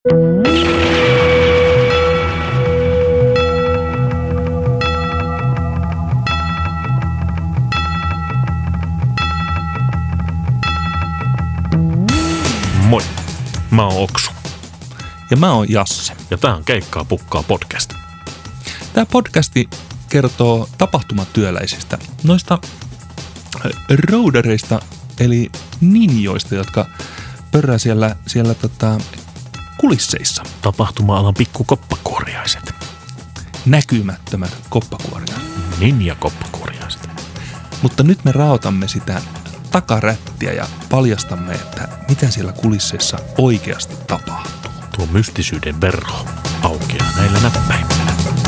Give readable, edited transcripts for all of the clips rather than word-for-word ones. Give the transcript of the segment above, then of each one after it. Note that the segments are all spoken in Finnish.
Moi, mä oon Oksu. Ja mä oon Jasse. Ja tää on Keikkaa pukkaa podcast. Tää podcasti kertoo tapahtumatyöläisistä, noista roudareista, eli ninjoista, jotka pörrää siellä kulisseissa. Tapahtuma-alan pikkukoppakuoriaiset. Näkymättömät koppakuorijat. Ninja-koppakuoriaiset. Mutta nyt me raotamme sitä takarättiä ja paljastamme, että mitä siellä kulisseissa oikeasti tapahtuu. Tuo mystisyyden verho aukeaa näillä näppäimillä.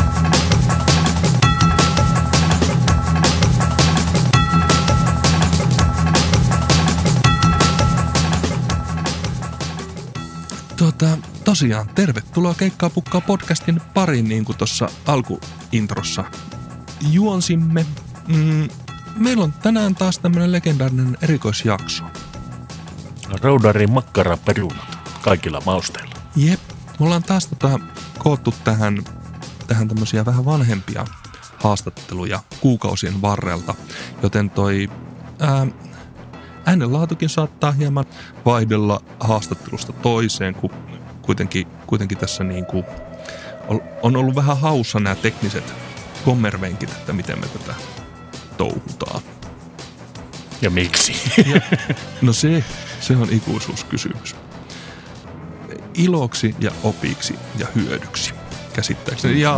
Tosiaan, tervetuloa Keikkaa pukkaa podcastin pariin, niin kuin tuossa alkuintrossa juonsimme. Meillä on tänään taas tämmönen legendaarinen erikoisjakso. Roudarin makkaraperunat kaikilla mausteilla. Jep, me ollaan taas koottu tähän tämmöisiä vähän vanhempia haastatteluja kuukausien varrelta, joten toi äänenlaatukin saattaa hieman vaihdella haastattelusta toiseen, kun kuitenkin tässä niin kuin on ollut vähän haussa nämä tekniset kommervenkit, että miten me tätä touhutaan. Ja miksi? No se on ikuisuuskysymys. Iloksi ja opiksi ja hyödyksi, käsittääkseni. Ja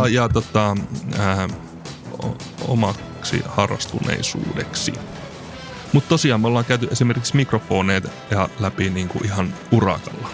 omaksi harrastuneisuudeksi. Mutta tosiaan me ollaan käyty esimerkiksi mikrofoneet ja läpi niin kuin ihan urakalla.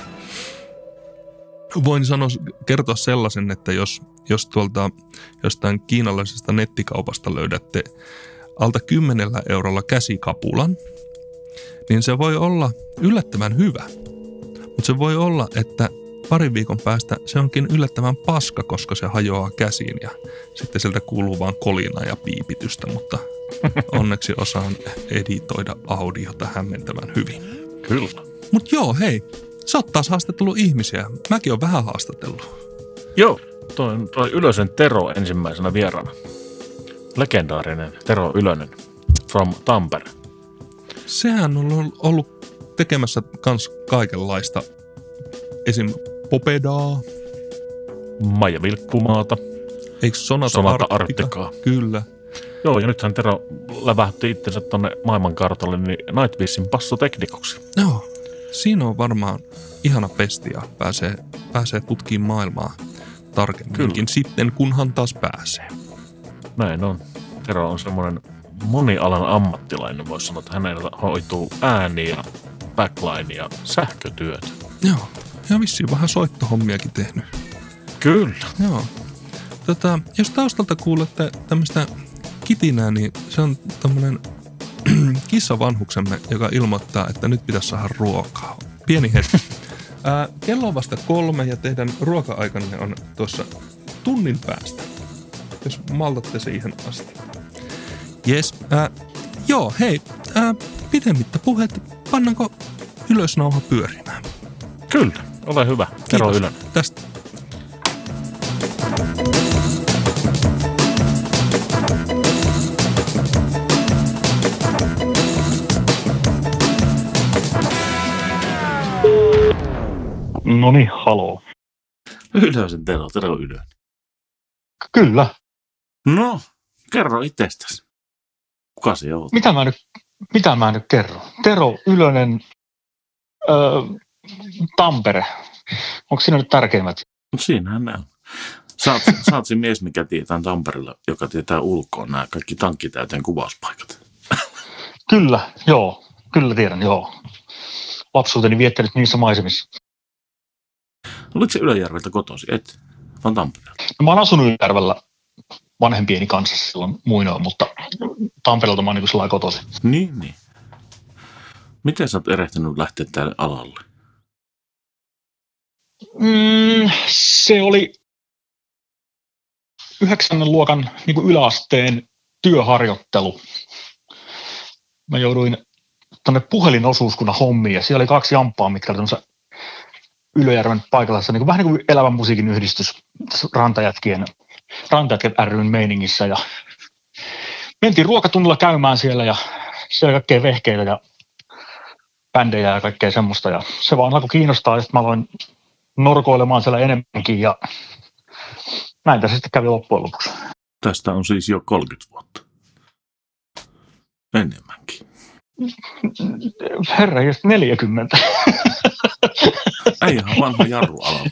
Voin kertoa sellaisen, että jos tuolta jostain kiinalaisesta nettikaupasta löydätte alta 10 eurolla käsikapulan, niin se voi olla yllättävän hyvä. Mutta se voi olla, että parin viikon päästä se onkin yllättävän paska, koska se hajoaa käsiin ja sitten sieltä kuuluu vaan kolinaa ja piipitystä, mutta onneksi osaan editoida audiota hämmentävän hyvin. Kyllä. Mut joo, hei, sä oot taas haastatellut ihmisiä. Mäkin oon vähän haastatellut. Joo, toi Ylösen Tero ensimmäisenä vieraana. Legendaarinen Tero Ylönen from Tampere. Sehän on ollut tekemässä kans kaikenlaista. Esim. Popedaa. Maija Vilkkumaata. Eikö Sonata Arcticaa? Kyllä. Joo, ja nythän Tero lävähti itsensä tonne maailmankartalle niin Nightwishin passoteknikoksi. Joo, siinä on varmaan ihana pesti ja pääsee tutkiin maailmaa tarkemminkin. Kyllä. Sitten, kunhan taas pääsee. Näin on. Tero on semmoinen monialan ammattilainen, voisi sanoa, että hänellä hoituu ääni ja backline ja sähkötyöt. Joo, ja vissiin vähän soittohommiakin tehnyt. Kyllä. Joo. Jos taustalta kuulette tämmöistä kitinää, niin se on tämmöinen kissavanhuksemme, joka ilmoittaa, että nyt pitäisi saada ruokaa. Pieni hetki. Kello on vasta 3 ja teidän ruoka-aikanne on tuossa tunnin päästä, jos maltatte siihen asti. Jes. Joo, hei. Pidemmittä puheet, pannaanko ylösnauha pyörimään? Kyllä, ole hyvä. Tero Ylönen. Tästä. Noniin, haloo. Ylösen Tero Ylönen. Kyllä. No, kerro itsestäsi. Kuka se oot? Mitä mä nyt kerron? Tero Ylönen, Tampere. Onko siinä nyt tärkeimmät? No siinähän ne on. Sä oot se mies, mikä tietää Tampereella, joka tietää ulkoon nämä kaikki tankkitäyteen kuvauspaikat. Kyllä, joo. Kyllä tiedän, joo. Lapsuuteni viettänyt niissä maisemissa. Olitko se Ylöjärveltä kotosi? Et, vaan Tampereella. No, mä oon asunut Ylöjärvellä vanhempieni kanssa silloin muinoin, mutta Tampereelta mä oon niin kuin kotoisin. Niin. Miten sä oot erehtynyt lähteä tälle alalle? Se oli 9. luokan niin kuin yläasteen työharjoittelu. Mä jouduin tuonne puhelinosuuskunnan hommiin ja siellä oli 2 jamppaa, mitkä oli Ylöjärven paikalla, niin vähän niin kuin elävän musiikin yhdistys Rantajat ry:n meiningissä. Ja mentiin ruokatunnilla käymään siellä ja siellä kaikkea vehkeitä ja bändejä ja kaikkea semmoista. Ja se vaan alkoi kiinnostaa, ja sitten mä aloin norkoilemaan siellä enemmänkin ja näin tässä sitten kävi loppujen lopuksi. Tästä on siis jo 30 vuotta. Enemmänkin. Herra, just 40. Ei ihan vanha jarru alalle.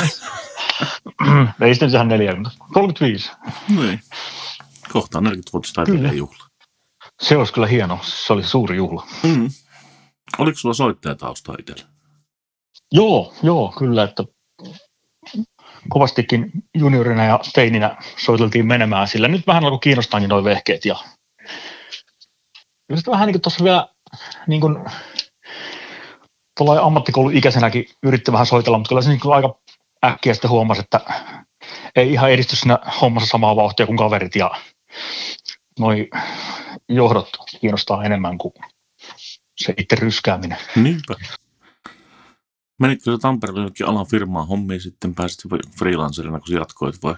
Ei sitten sehän 40. 35. Niin. Kohta 40-vuotias taiteilijan juhla. Se olisi kyllä hieno. Se oli suuri juhla. Mm. Oliko sulla soittajataustaa itsellä? Joo, kyllä, että kovastikin juniorina ja teininä soiteltiin menemään, sillä nyt vähän alkoi kiinnostaankin nuo vehkeet. Ja kyllä sitten vähän niin kuin tuossa vielä niin kuin tuolla ammattikouluikäisenäkin yritti vähän soitella, mutta kyllä se niin kuin aika äkkiä sitten huomasi, että ei ihan edisty siinä hommassa samaa vauhtia kuin kaverit ja noi johdot kiinnostaa enemmän kuin se itse ryskääminen. Niinpä. Menitkö sä Tampereelle jonnekin alan firmaan hommiin sitten pääsit freelancerina, kun sä jatkoit vai?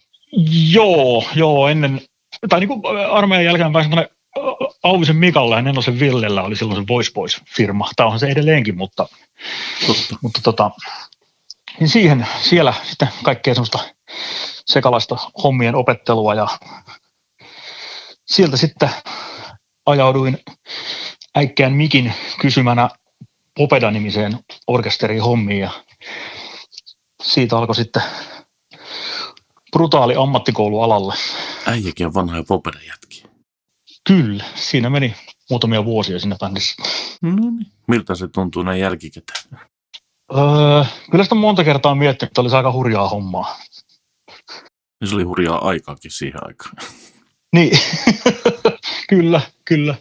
Joo, ennen, tai niin kuin armeijan jälkeen pääsin tuonne Auvisen Mikalle ja Nenosen Villellä oli silloin se Voice Boys-firma. Tämä onhan se edelleenkin, mutta niin siellä sitten kaikkea semmoista sekalaista hommien opettelua ja sieltä sitten ajauduin äikkään Mikin kysymänä Popeda-nimiseen orkesteriin hommiin ja siitä alkoi sitten brutaali ammattikoulualalle. Äijäkin on vanhoja Popeda jätkiä. Kyllä, siinä meni muutamia vuosia siinä bändissä. No niin. Miltä se tuntuu näin jälkikäteen? Kyllä sitä monta kertaa miettinyt, että olisi aika hurjaa hommaa. Se oli hurjaa aikaakin siihen aikaan. Niin, kyllä.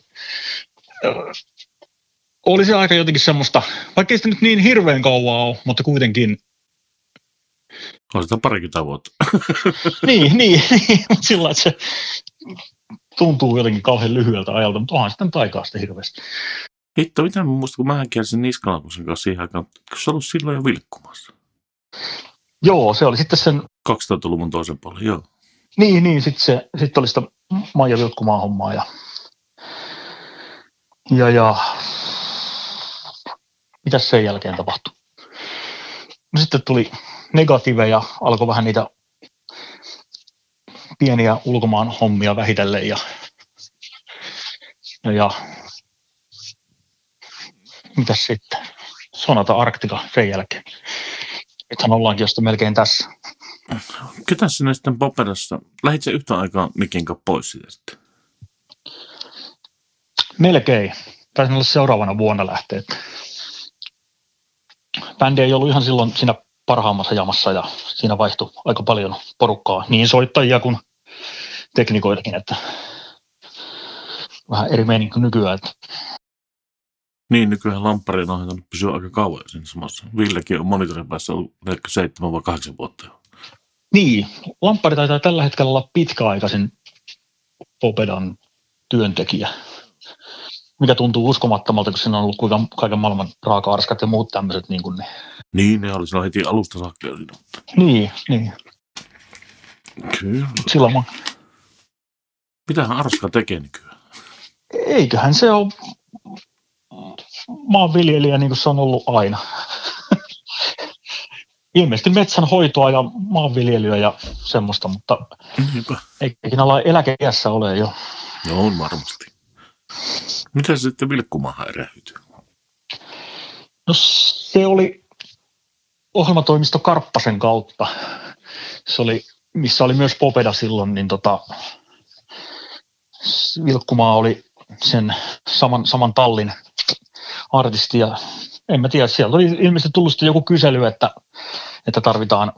Oli se aika jotenkin semmoista, vaikka ei sitä nyt niin hirveän kauan ole, mutta kuitenkin. On sitä parikymmentä vuotta. niin, mutta sillä että se tuntuu jotenkin kauhean lyhyeltä ajalta, mutta onhan sitten aikaa sitten hirveästi. Hitto, mitä mä muistan, kun mähän kiersin Niskalapusen kanssa siihen aikaan, kun sä ollut silloin jo vilkkumassa? Joo, se oli sitten sen 2000-luvun toisen puolen, joo. Niin, sitten oli sitä Maija Vilkkumaan hommaa ja mitäs sen jälkeen tapahtui? No sitten tuli Negative ja alkoi vähän niitä pieniä ulkomaan hommia vähitellen ja mitäs sitten? Sonata Arctica sen jälkeen. Nythän ollaankin jo melkein tässä. Ketäs sinä sitten Popedassa? Lähit se yhtä aikaa Mikin kanssa pois siitä sitten? Melkein. Taisin olla seuraavana vuonna lähteä. Bändi ei ollut ihan silloin siinä parhaammassa jamassa ja siinä vaihtui aika paljon porukkaa, niin soittajia kuin teknikoitakin, että vähän eri meininki kuin nykyään. Että. Niin, nykyään lampparin on ohjelma pysyä aika kauan siinä samassa. Villekin on monitorin päässä ollut 7 vai 8 vuotta jo. Niin, lamppari taitaa tällä hetkellä olla pitkäaikaisin Popedan työntekijä, mikä tuntuu uskomattomalta, kun siinä on ollut kuinka kaiken maailman raaka-arskat ja muut tämmöiset. Niin, ne oli silloin heti alusta saakka. Niin. Kyllä. Silloin Mitähän Arska tekee nykyään? Eiköhän se ole maanviljelijä niin kuin se on ollut aina. Ilmeisesti metsänhoitoa ja maanviljelyä ja semmoista, mutta eikin ala eläkeiässä ole jo. Joo, on varmasti. Mitä se sitten Vilkkumaahan erähyytyy? No se oli ohjelmatoimisto Karppasen kautta. Se oli, missä oli myös Popeda silloin, niin Vilkkumaa oli sen saman tallin artisti ja en mä tiedä, sieltä oli ilmeisesti tullut sitten joku kysely, että tarvitaan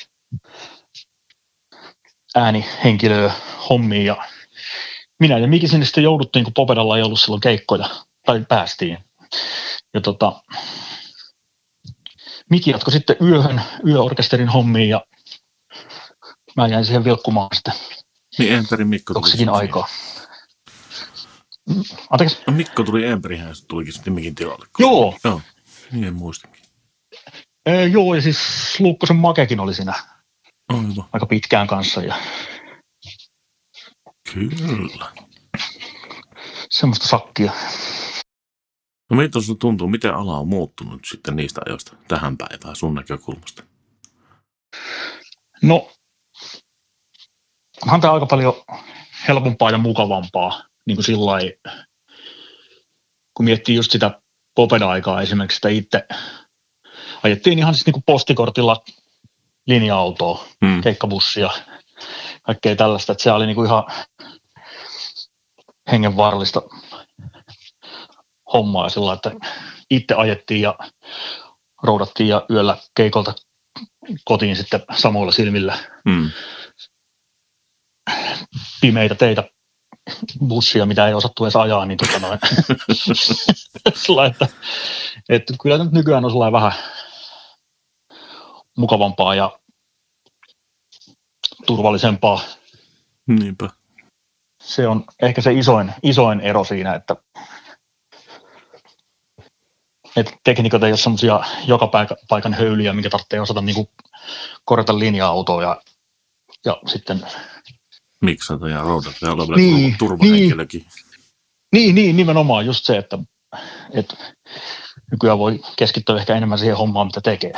äänihenkilöä hommiin ja minä ja Miki sinne sitten jouduttiin, kun Popedalla ei ollut silloin keikkoja, tai päästiin. Ja Miki jatkoi sitten yöorkesterin hommiin ja mä jäin siihen Vilkkumaan sitten. Niin Emperin Mikko tuli joksikin aikaa. Anteeksi? Mikko tuli Emperihän ja tulikin sitten Mikin tilalle. Joo. Niin en muistakin. Joo, ja siis Luukkosen Makekin oli siinä Aivan. aika pitkään kanssa. Ja Kyllä. semmoista sakkia. No miltä sinusta tuntuu, miten ala on muuttunut sitten niistä ajoista tähän päivään sun näkökulmasta? No, onhan tämä aika paljon helpompaa ja mukavampaa, niin kuin sillai, kun miettii just sitä Popeda-aikaa esimerkiksi, sitä itse ajettiin ihan siis niin kuin postikortilla linja-autoa, keikkabussia, kaikkea tällaista, että se oli niin kuin ihan hengenvaarallista hommaa sillä, että itse ajettiin ja roudattiin ja yöllä keikolta kotiin sitten samoilla silmillä. Pimeitä teitä, bussia, mitä ei osattu edes ajaa, niin että kyllä nyt nykyään on sellainen vähän mukavampaa ja turvallisempaa. Niinpä. Se on ehkä se isoin ero siinä, että tekniikot ei ole semmoisia joka paikan höylyjä, minkä tarvitsee osata niin kuin korjata linja-autoa ja sitten miksata ja roudata ja olla vielä turvahenkilökin. Niin, nimenomaan just se, että nykyään voi keskittyä ehkä enemmän siihen hommaan, mitä tekee.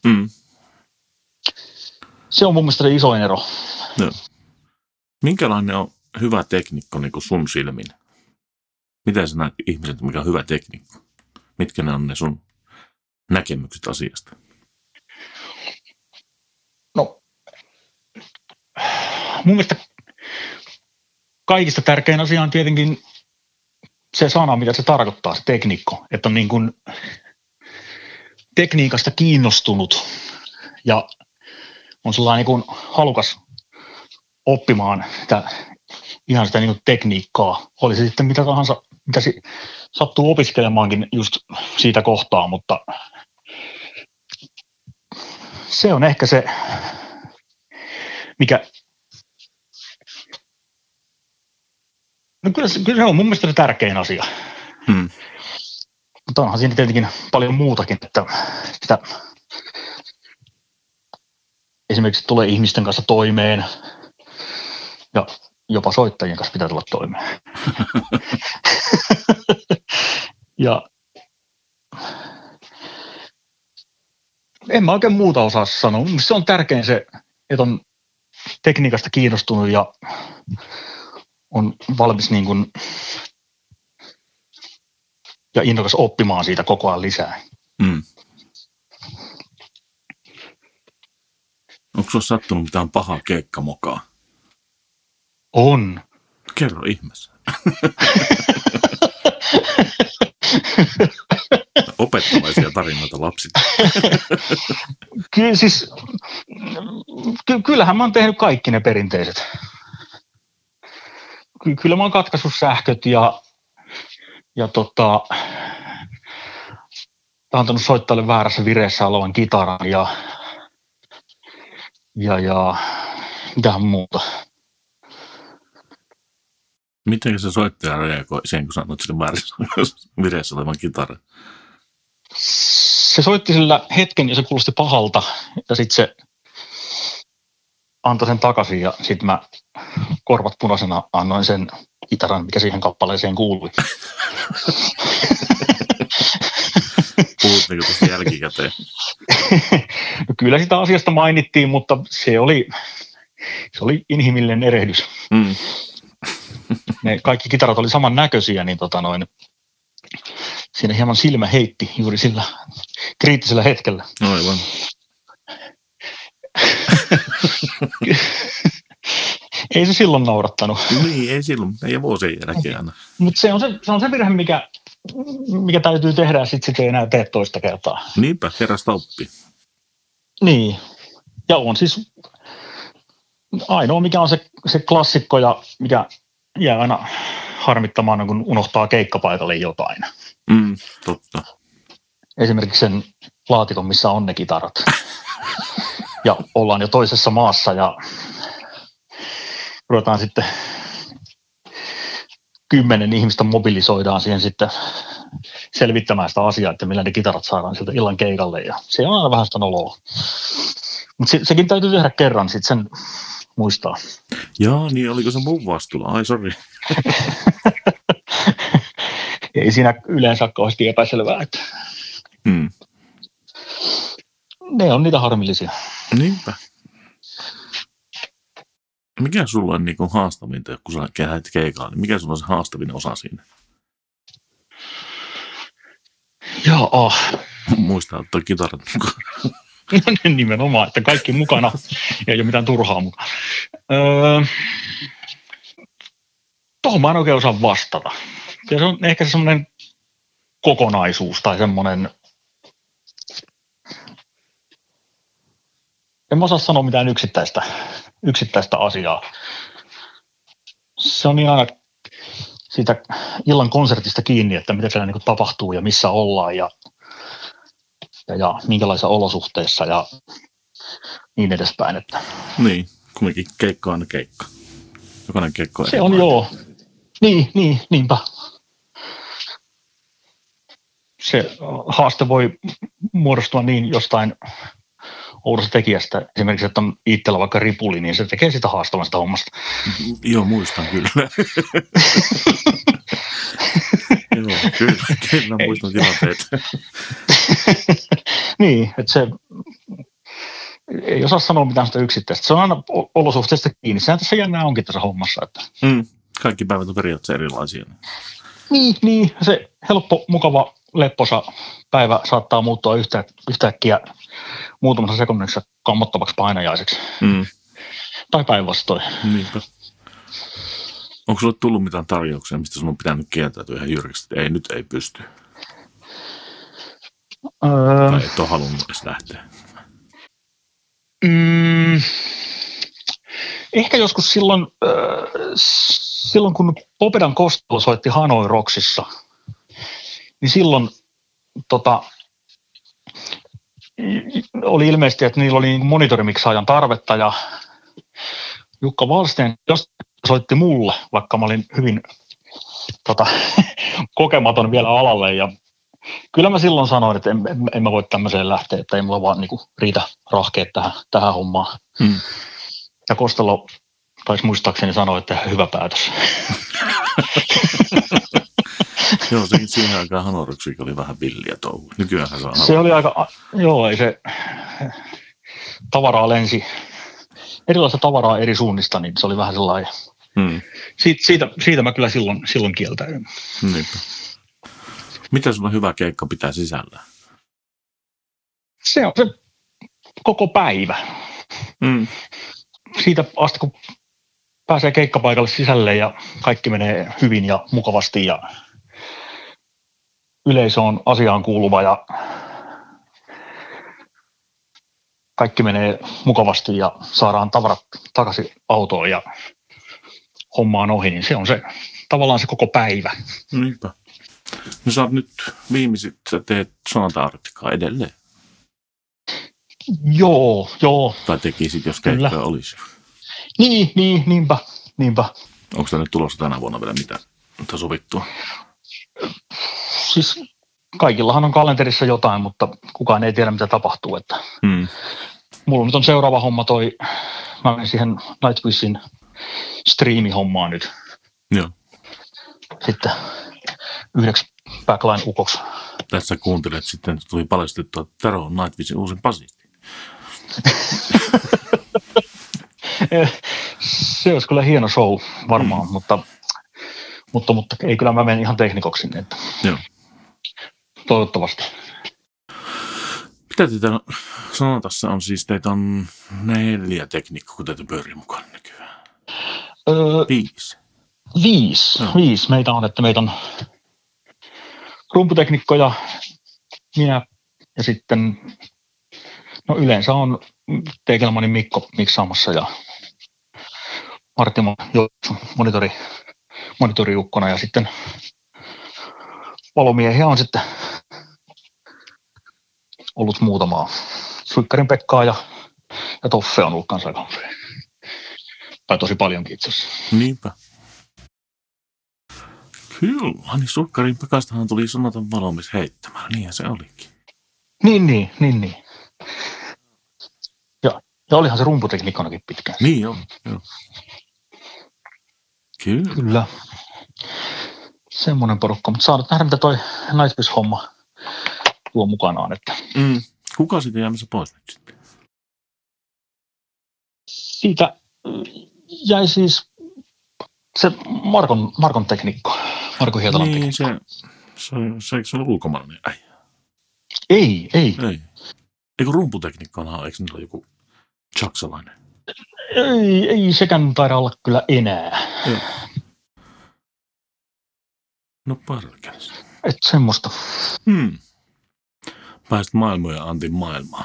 Se on mun mielestä se isoin ero. No. Minkälainen on hyvä teknikko niin kuin sun silmin? Miten sä näet ihmiset, mikä on hyvä teknikko? Mitkä ne on ne sun näkemykset asiasta? No, mun mielestä kaikista tärkein asia on tietenkin se sana, mitä se tarkoittaa, se teknikko. Että on niin kuin tekniikasta kiinnostunut ja on sellainen niin kuin halukas oppimaan ihan sitä niin kuin tekniikkaa. Oli se sitten mitä tahansa, mitä sattuu opiskelemaankin just siitä kohtaa, mutta se on ehkä se, mikä... No kyllä se on mun mielestä se tärkein asia. Mutta onhan siinä tietenkin paljon muutakin, että sitä esimerkiksi tulee ihmisten kanssa toimeen ja jopa soittajien kanssa pitää tulla toimeen. Ja en mä oikein muuta osaa sanoa. Se on tärkein se, että on tekniikasta kiinnostunut ja on valmis niin kuin ja innokas oppimaan siitä koko ajan lisää. Onko sinulla sattunut mitään pahaa keikkamokaa? On. Kerro ihmeessä. Opettavaisia tarinoita lapsille. Kyllähän mä oon tehnyt kaikki ne perinteiset. Kyllä mä oon katkaissut sähköt ja antanut soittajalle väärässä vireessä olevan kitaran ja mitähän muuta. Miten se soittaja reagoi siihen, kun sanoit sille väärässä vireessä olevan kitaran? Se soitti sillä hetken ja se kuulosti pahalta ja sitten se antoi sen takaisin ja sitten mä korvat punaisena annoin sen kitaran, mikä siihen kappaleeseen kuului. Puhuttiinko tuosta jälkikäteen? No kyllä sitä asiasta mainittiin, mutta se oli inhimillinen erehdys. Ne kaikki kitarat oli saman näköisiä, niin siinä hieman silmä heitti juuri sillä kriittisellä hetkellä. Aivan. Ei se silloin naurattanut. Niin, ei silloin. Ei vuosien jälkeen aina. Mutta se on se virhe, mikä täytyy tehdä, ja sitten ei enää tee toista kertaa. Niinpä, kerrasta oppii. Niin. Ja on siis ainoa, mikä on se klassikko, ja mikä jää aina harmittamaan, kun unohtaa keikkapaikalle jotain. Totta. Esimerkiksi sen laatikon, missä on ne kitarat. Ja ollaan jo toisessa maassa, ja ruvetaan sitten 10 ihmistä mobilisoidaan siihen sitten selvittämään sitä asiaa, että millä ne kitarat saadaan sieltä illan keikalle. Ja se on aina vähän sitä noloa. Mutta sekin täytyy tehdä kerran, sitten sen muistaa. Joo, niin oliko se mun vastuulla? Ai, sori. Ei siinä yleensä ole kauheasti epäselvää. Että ne on niitä harmillisia. Niinpä. Mikä sulla on niin haastavinta, kun sä lähdet keikalla, niin mikä sulla on se haastavin osa siinä? Joo. Muistaa ottaa kitarat mukaan. Nimenomaan, että kaikki mukana. Ei ole mitään turhaa mukaan. Tuohon mä en oikein osaa vastata. Ja se on ehkä semmoinen kokonaisuus tai semmoinen. En mä osaa sanoa mitään yksittäistä asiaa. Se on niin aina siitä illan konsertista kiinni, että mitä siellä niin tapahtuu ja missä ollaan ja minkälaisissa olosuhteissa ja niin edespäin. Että. Niin, kumminkin keikka on aina keikka. Jokainen keikka on. Se on joo. Niinpä. Se haaste voi muodostua niin jostain oudosta tekijästä. Esimerkiksi, että on itsellä vaikka ripuli, niin se tekee sitä haastavan sitä hommasta. Joo, muistan kyllä. Joo, kyllä muistan tilanteet. Niin, että se ei osaa sanoa mitään sitä yksittäistä. Se on aina olosuhteista kiinni. Sehän tässä jännää onkin tässä hommassa. Että. Kaikki päivät on periaatteessa erilaisia. Niin, se helppo, mukava, lepposa päivä saattaa muuttua yhtäkkiä muutamassa sekunnissa kammottavaksi painajaiseksi. Tai päinvastoin. Niinpä. Onko sinulle tullut mitään tarjouksia, mistä sinun on pitänyt kieltäytyä ihan jyrkästi, että nyt ei pysty? Tai et ole halunnut edes lähteä? Ehkä joskus silloin, kun Popedan Kostelo soitti Hanoi Rocksissa, niin silloin oli ilmeisesti, että niillä oli monitorimiksaajan tarvetta ja Jukka Wallsten soitti mulle, vaikka mä olin hyvin kokematon vielä alalle ja kyllä mä silloin sanoin, että en mä voi tämmöiseen lähteä, että ei mulla vaan riitä rahkeet tähän hommaan. Ja Kostelo taisi muistaakseni sanoa, että hyvä päätös. Joo, siihen aikaan Hanoi Rocksikin oli vähän villiä touhua. Nykyäänhän se oli aika, joo, ei se tavaraa lensi, erilaista tavaraa eri suunnista, niin se oli vähän sellainen. Siitä mä kyllä silloin kieltäydyn. Niinpä. Mitä sulla hyvä keikka pitää sisällään? Se on se koko päivä. Siitä asti, kun pääsee keikkapaikalle sisälle ja kaikki menee hyvin ja mukavasti ja yleisö on asiaan kuuluva ja kaikki menee mukavasti ja saadaan tavarat takaisin autoon ja hommaan ohi, niin se on se tavallaan se koko päivä. Niinpä. No sä oot nyt viimeisit, sä teet Sonata-Arcticaa edelleen. Joo. Tai tekisit, jos keikkaa olisi. Niinpä. Onko tämä nyt tulossa tänä vuonna vielä mitään sovittua? Siis kaikillahan on kalenterissa jotain, mutta kukaan ei tiedä, mitä tapahtuu. Että mulla nyt on seuraava homma mä menen siihen Nightwishin striimihommaan nyt. Joo. Sitten 9 backline ukoksi. Tässä kuuntelet sitten, tuli paljastettua, että Tero on Nightwishin uusin basisti. Se olisi kyllä hieno show varmaan, mutta ei kyllä mä menen ihan teknikoksi sinne. Että. Joo. Toivottavasti. Mitä teitä Sonatassa on siis? Teitä on 4 teknikkoa, kun teitä pyörii mukaan nykyään. 5. 5 meitä on, että meitä on rumputeknikkoja, minä ja sitten yleensä on Tegelmanin Mikko miksaamassa ja Marttimo monitoriukkona ja sitten valomiehiä on sitten ollut muutamaa. Suikkarin Pekkaa ja Toffe on ollut kanssa aika tai tosi paljonkin itse asiassa. Niinpä. Kyllä, niin sukkarin pakastahan tuli sanoton valmis heittämään. Niinhän se olikin. Niin. Ja olihan se rumputekniikkonakin pitkään. Niin on, joo. Kyllä. Kyllä. Semmoinen porukka, mutta saadaan nähdä, mitä toi Nightwish-homma tuo mukanaan. Että Kuka siitä jäämässä pois nyt sitten? siitä jäi siis se Markon tekniikko, Marko Hietalan Niin, tekniikko. se on ulkomaalainen äijä. Ei. Eikö rumputekniikkonahan, eikö niillä ole joku saksalainen? Ei sekään taida olla kyllä enää. Joo. No parkelis. Et semmoista. Pääsit maailmoja Antin maailmaan.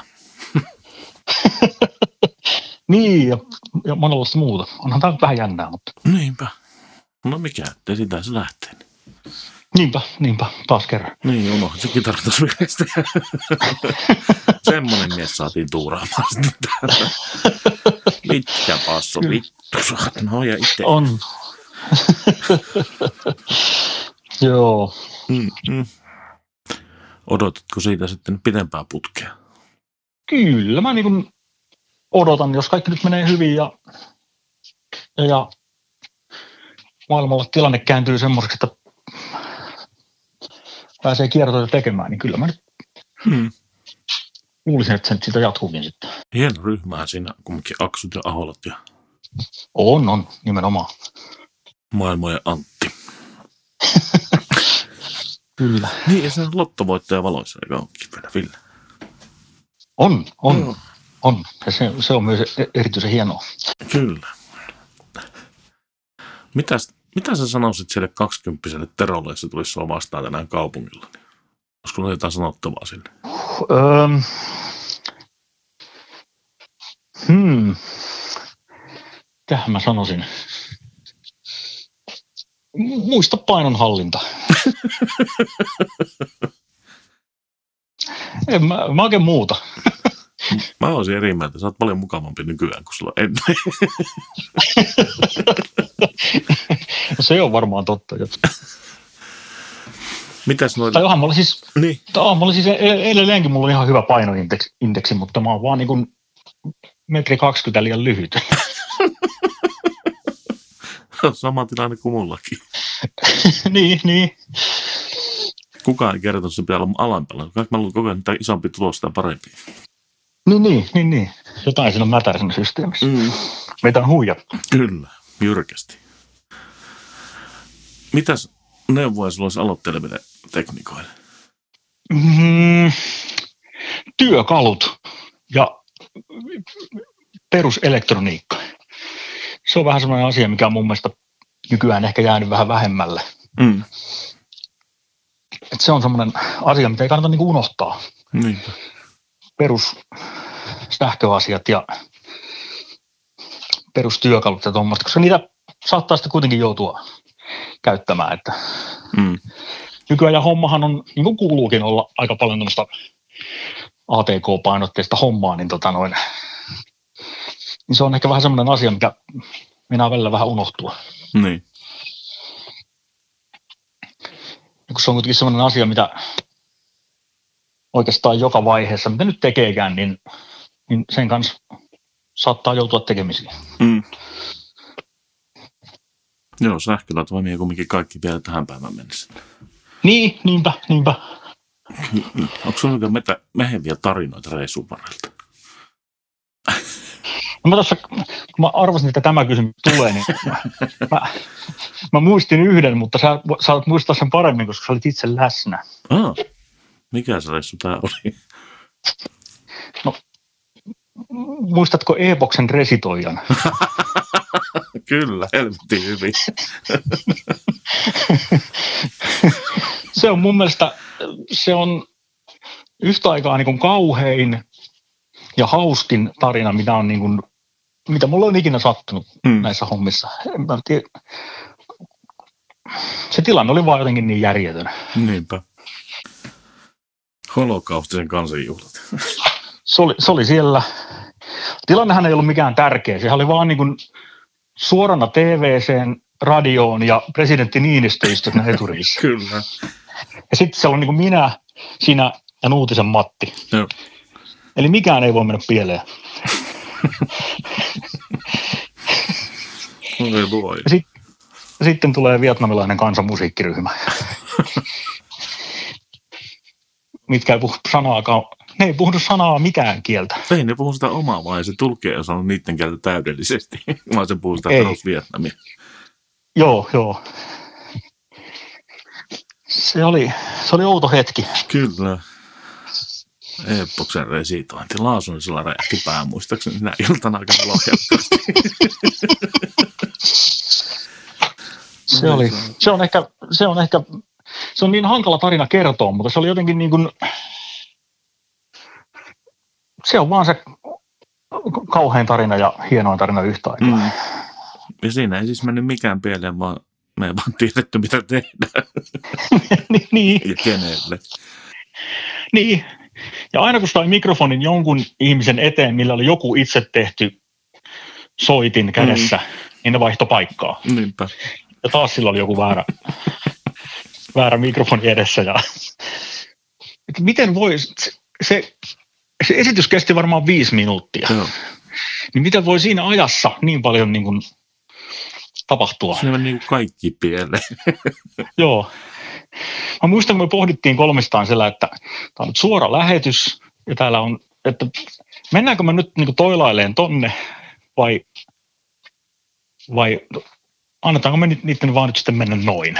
Niin, ja monenlaista muuta. Onhan tämä vähän jännää, mutta Niinpä. No mikä, ettei sitä se lähtee. niinpä, taas kerran. Niin, unohdin se kitaratasviestä. Semmoinen mies saatiin tuuraamaan sitten täällä. Mitkä passo, vittu saat. No ja itse. On. Joo. Odotatko siitä sitten pitempää putkea? Kyllä, mä niin kuin odotan, jos kaikki nyt menee hyvin ja maailmalla tilanne kääntyy semmoiseksi, että pääsee kiertoita tekemään, niin kyllä mä nyt luulisin, että se nyt siitä jatkuukin sitten. Hieno ryhmähän siinä, kumminkin Aksut ja Aholat ja On, nimenomaan. Maailmojen Antti. Kyllä. Niin, ja se on lottovoittaja valoissa, eikö olekin vielä, Ville? On. Ja se on myös erityisen hienoa. Kyllä. Mitä sä sanoisit sille 20-vuotiaalle Terolle, jos se tulisi sua vastaan tänään kaupungilla? Olisiko sulla jotain sanottavaa sille? Mitähän mä sanoisin? Muista painonhallinta. En mä oikein muuta. Mä olisin eri mieltä. Sä oot paljon mukavampi nykyään kuin sulla ennen. Se on varmaan totta. Mitäs noita? Tai mulla siis, Niin. edelleenkin mulla on ihan hyvä painoindeksi, mutta mä oon vaan niin kuin 1,20 m liian lyhyt. Sama tilanne kuin mullakin. niin. Kukaan ei kertonut, että se pitää olla alempana. Mä luulen koko ajan, mitä isompi tulos, sitä parempi. Niin. Jotain siinä on mätärä siinä systeemissä. Meitä on huijattu. Kyllä, jyrkästi. Mitäs neuvoja sulla olisi aloitteleville teknikoille? Työkalut ja peruselektroniikka. Se on vähän sellainen asia, mikä on mun mielestä nykyään ehkä jäänyt vähän vähemmälle. Et se on semmoinen asia, mitä ei kannata niinku unohtaa. Niinpä. Perussähköasiat ja perustyökalut ja tuommoista, koska niitä saattaa sitten kuitenkin joutua käyttämään. Että nykyään ja hommahan on, niin kuin kuuluukin olla aika paljon tuommoista ATK-painotteista hommaa, niin, niin se on ehkä vähän semmoinen asia, mikä meinaa välillä vähän unohtua. Niin. Ja kun se on kuitenkin semmoinen asia, mitä oikeastaan joka vaiheessa, mitä nyt tekeekään, niin sen kanssa saattaa joutua tekemisiin. Joo, sähköllä toimii kumminkin kaikki vielä tähän päivään mennessä. Niin, niinpä. Onko sinulla meheviä tarinoita reissun varrelta? No kun mä arvasin, että tämä kysymys tulee, niin mä muistin yhden, mutta sä saat muistaa sen paremmin, koska sä olit itse läsnä. Mikä se reissu tää oli? No, muistatko E-Boxen resitoijan? Kyllä, helvetin hyvin. Se on mun mielestä, se on yhtä aikaa niin kuin kauhein ja hauskin tarina, mitä mulla on ikinä sattunut näissä hommissa. Se tilanne oli vaan jotenkin niin järjetön. Niinpä. Holokaustisen kansanjuhlat. Se oli siellä. Tilannehan ei ollut mikään tärkeä. Sehän oli vaan niin kuin suorana TV:seen radioon ja presidentti Niinistö istui siinä eturivissä. Kyllä. Ja sitten siellä on niin kuin minä, sinä ja Nuutisen Matti. Joo. Eli mikään ei voi mennä pieleen. Oi luoja. Sitten tulee vietnamilainen kansanmusiikkiryhmä. Mitkä ei puhu sanaakaan. Ne ei puhu sanaa mikään kieltä. Ei ne puhu sitä omaa, vaan se tulkija ei osannut niiden kieltä täydellisesti, vaan se puhuu sitä perusvietnamia. Joo. Se oli outo hetki. Kyllä. Eeppoksen resitointi. Laasunisella räjähti pää, muistaakseni sinä iltana aika lohjakkaasti. Se on niin hankala tarina kertoa, mutta se oli jotenkin niin kuin, se on vaan se kauhein tarina ja hienoin tarina yhtä aikaa. Ja siinä ei siis mennyt mikään pieleen, vaan me ei vaan tiedetty, mitä tehdään. Niin. Ja kenelle. Niin. Ja aina kun sai mikrofonin jonkun ihmisen eteen, millä oli joku itse tehty soitin kädessä, niin ne vaihtoi paikkaa. Niinpä. Ja taas sillä oli joku väärä mikrofoni edessä. Ja että miten voi, se esitys kesti varmaan 5 minuuttia. Joo. Niin miten voi siinä ajassa niin paljon niin kuin tapahtua? Siinä meni niin kuin kaikki pieleen. Joo. Mä muistan, kun me pohdittiin kolmistaan sillä, että tämä on nyt suora lähetys ja täällä on, että mennäänkö me nyt niin kuin toilaileen tonne vai annetaanko me niiden vaan nyt sitten mennä noin?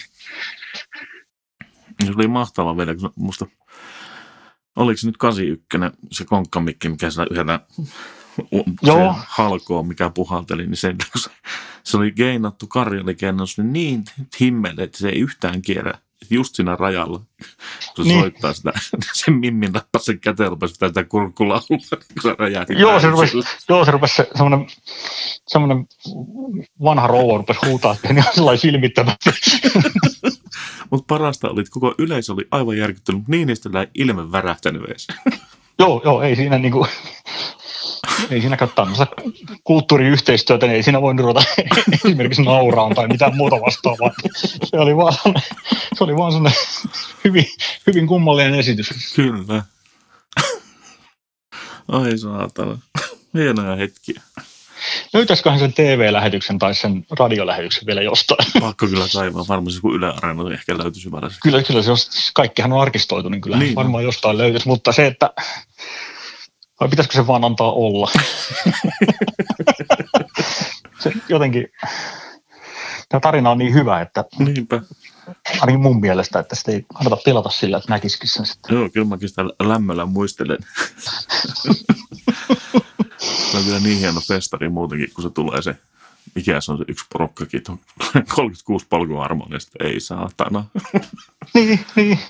Se oli mahtava vielä, kun musta, oliko se nyt 81 se konkkamikki, mikä siellä yhdellä se halkoon, mikä puhalteli, niin se oli geinattu, Kari oli geinannut niin himmelle, että se ei yhtään kierrä just siinä rajalla, kun se soittaa sitä, sen mimmin nappasi sen käteen, rupesi sitä kurkkulaulua, kun se räjähti. Se rupesi semmoinen vanha rouva rupesi huutaa, että niin on sellainen silmittämättä. Mutta parasta oli, että koko yleisö oli aivan järkyttynyt, mutta Niinistöllä ei ilme värähtänyt edes. Joo, ei siinä niinku, ei siinä katsoa kulttuuriyhteistyötä, niin ei siinä voi ruveta esimerkiksi nauraan tai mitään muuta vastaavaa. Se oli vaan sellainen hyvin kummallinen esitys. Kyllä. Ai saatana. Hienoja hetkiä. Löytäisiköhän sen TV-lähetyksen tai sen radiolähetyksen vielä jostain? Pakko kyllä kaivaa. Varmasti kun Yle Areena ehkä löytyisi hyvällä. Kyllä se on, kaikkihan on arkistoitu, niin kyllä niin varmaan jostain löytyisi. Mutta se, että vai pitäisikö se vaan antaa olla? Se jotenkin, tämä tarina on niin hyvä, että niinpä. Ainakin mun mielestä, että sitä ei kannata pilata sillä, että näkisikin sen sitten. Joo, kyllä mäkin sitä lämmöllä muistelen. Se on kyllä niin hieno festari muutenkin, kun se tulee se, mikä se on se yksi porokkakin, 36 polkuharmonista, ei saatana. Niin.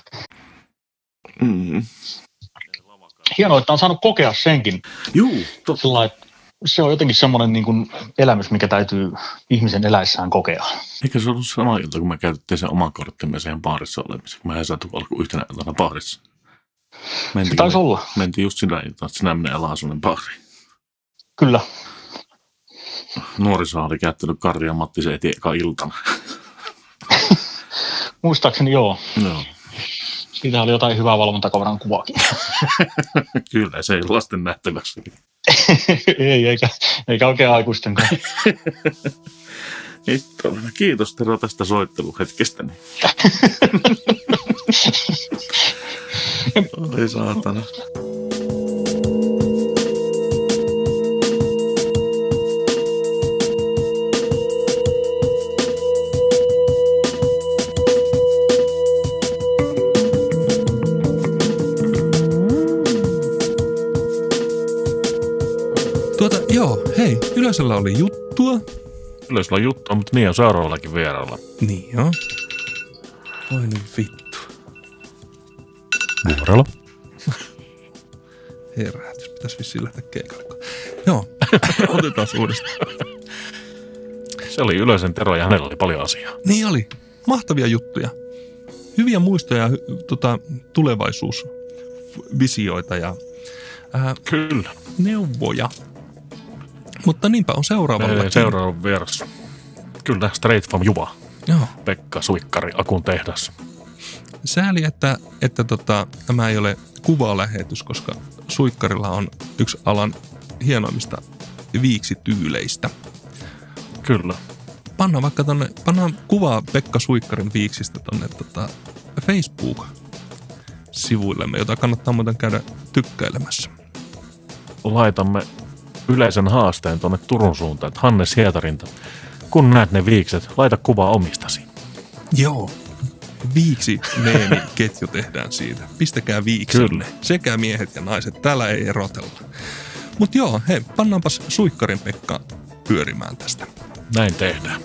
Mm. Hienoa, että on saanut kokea senkin. Juu, totta. Se on jotenkin semmoinen niin kuin elämys, mikä täytyy ihmisen eläissään kokea. Eikö se ollut sama ilta, kun me käytettiin sen oman korttimme siihen baarissa olemiseen, kun me ei saatu alkuun yhtenä iltana baarissa. Se taisi olla. Mentiin just sillä iltaa, että sinä menee Laasunen baariin. Kyllä. Nuoriso oli käyttänyt Kari ja Matti se eti eka iltana. Muistaakseni joo. Joo. Siitä oli jotain hyvää valvontakameran kuvaakin. Kyllä, se ei lasten nähtäväksi. Ei, eikä oikein aikuistenkaan. Kiitos Tero tästä soitteluhetkestäni. Oi saatana. Joo, hei, Yleisöllä oli juttua. Yleisöllä on juttua, mutta niin on seuraavallakin vieraalla. Niin joo. Oi nyt vittu. Vuorolla. Herätys, pitäisi vissiin lähteä keikalle. Joo, otetaan uudestaan. Se oli Yleisen Tero ja hänellä oli paljon asiaa. Niin oli. Mahtavia juttuja. Hyviä muistoja ja tulevaisuusvisioita ja kyllä. Neuvoja. Mutta niinpä on seuraavalla. Seuraava vieras. Kyllä, Straight from Juva. Joo. Pekka Suikkari, Akun tehdas. Sääli, että tämä ei ole kuvalähetys, koska Suikkarilla on yksi alan hienoimmista viiksityyleistä. Kyllä. Pannaan kuvaa Pekka Suikkarin viiksistä tonne Facebook-sivuillemme, jota kannattaa muuten käydä tykkäilemässä. Laitamme yleisen haasteen tuonne Turun suuntaan, että Hannes Hietarinta, kun näet ne viikset, laita kuvaa omistasi. Joo. Viiksi-meemiketju tehdään siitä. Pistäkää viiksenne. Sekä miehet ja naiset. Täällä ei erotella. Mutta joo, hei, pannaanpas Suikkarin Pekka pyörimään tästä. Näin tehdään.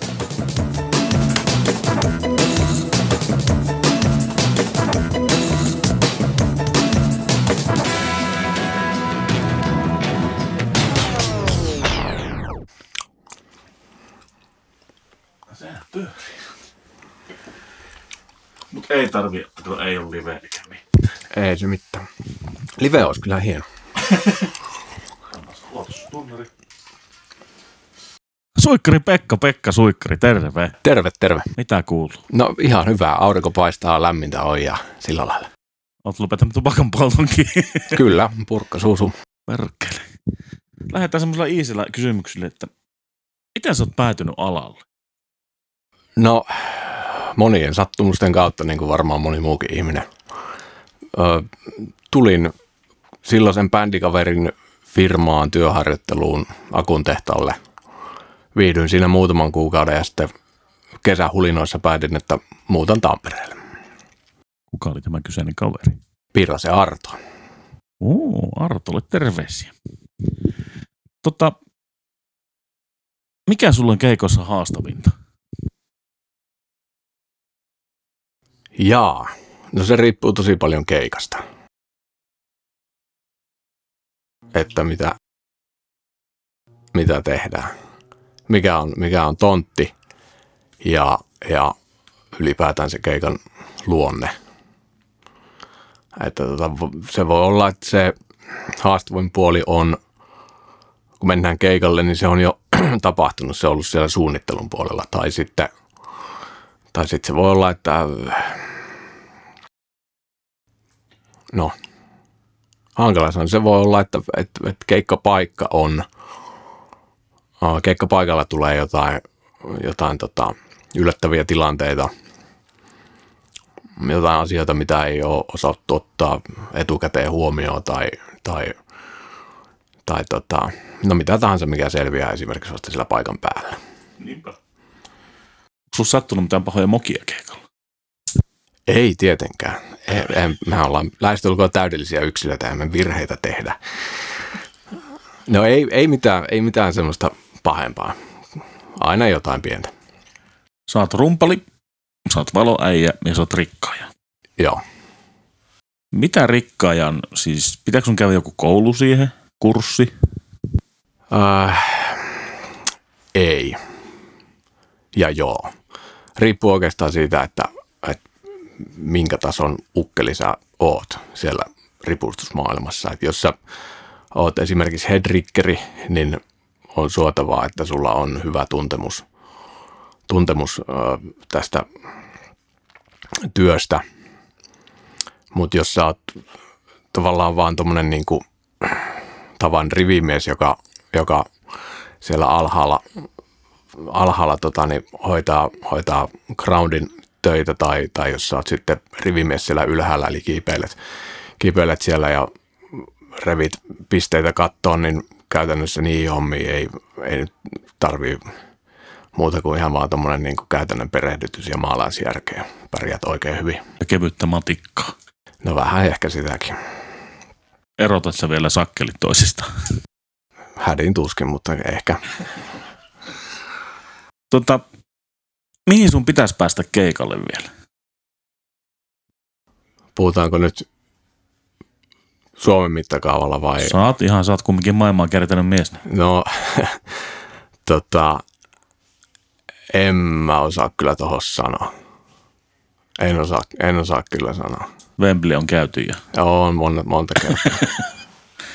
Sehän pyörii. Mut ei tarvii, kun ei ole live eikä mitään. Ei se mitään. Live olisi kyllä hieno. Suikkari Pekka Suikkari, terve. Terve. Mitä kuuluu? No ihan hyvä. Aurinko paistaa, lämmintä on ja sillä lailla. Oot lopettanut tupakan poltonkin. Kyllä, purkka suusu. Perkele. Lähdetään semmoisella iisillä kysymyksillä, että miten sä oot päätynyt alalle? No, monien sattumusten kautta, niin kuin varmaan moni muukin ihminen. Tulin silloisen bändikaverin firmaan työharjoitteluun Akun tehtaalle. Viihdyin siinä muutaman kuukauden ja sitten kesähulinoissa päätin, että muutan Tampereelle. Kuka oli tämä kyseinen kaveri? Pirrasen Arto. Artolle terveisiä. Mikä sulla on keikossa haastavinta? Jaa, no se riippuu tosi paljon keikasta. Että mitä tehdään. Mikä on tontti ja ylipäätään se keikan luonne. Että se voi olla, että se haastavin puoli on, kun mennään keikalle, niin se on jo tapahtunut, se on ollut siellä suunnittelun puolella. Tai sitten se voi olla, että no, hankala sanoa. Se voi olla, että keikkapaikka on, keikkapaikalla tulee jotain yllättäviä tilanteita, jotain asioita, mitä ei ole osattu ottaa etukäteen huomioon tai no mitä tahansa, mikä selviää esimerkiksi vasta sillä paikan päällä. Niinpä. Onko sinulla sattunut mitään pahoja mokia keikalla? Ei tietenkään. Me ollaan lähestulkoon täydellisiä yksilöitä ja me virheitä tehdä. No ei mitään semmoista pahempaa. Aina jotain pientä. Sä oot rumpali, sä oot valoäijä ja sä oot rikkaaja. Joo. Mitä rikkaajan, siis pitääkö sun käydä joku koulu siihen, kurssi? Ei. Ja joo. Riippuu oikeastaan siitä, että minkä tason ukkeli sä oot siellä ripustusmaailmassa. Et jos sä oot esimerkiksi headrickeri, niin on suotavaa, että sulla on hyvä tuntemus tästä työstä. Mutta jos sä oot tavallaan tommonen niinku tavan rivimies, joka siellä alhaalla hoitaa groundin töitä tai jos sä oot sitten rivimies siellä ylhäällä, eli kiipeilet siellä ja revit pisteitä kattoon, niin käytännössä niihin hommiin ei nyt tarvii muuta kuin ihan vaan tommonen niin kuin käytännön perehdytys ja maalaisjärkeä. Pärjät oikein hyvin. Ja kevyttä matikkaa. No vähän ehkä sitäkin. Erotat sä vielä sakkelit toisistaan? Hädin tuskin, mutta ehkä. Mihin sun pitäisi päästä keikalle vielä? Puhutaanko nyt Suomen mittakaavalla vai? Sä oot kumminkin maailmaa kertänyt mies. No, en mä osaa kyllä tohon sanoa. En osaa kyllä sanoa. Wembley on käyty ja... Joo, on monta kertaa.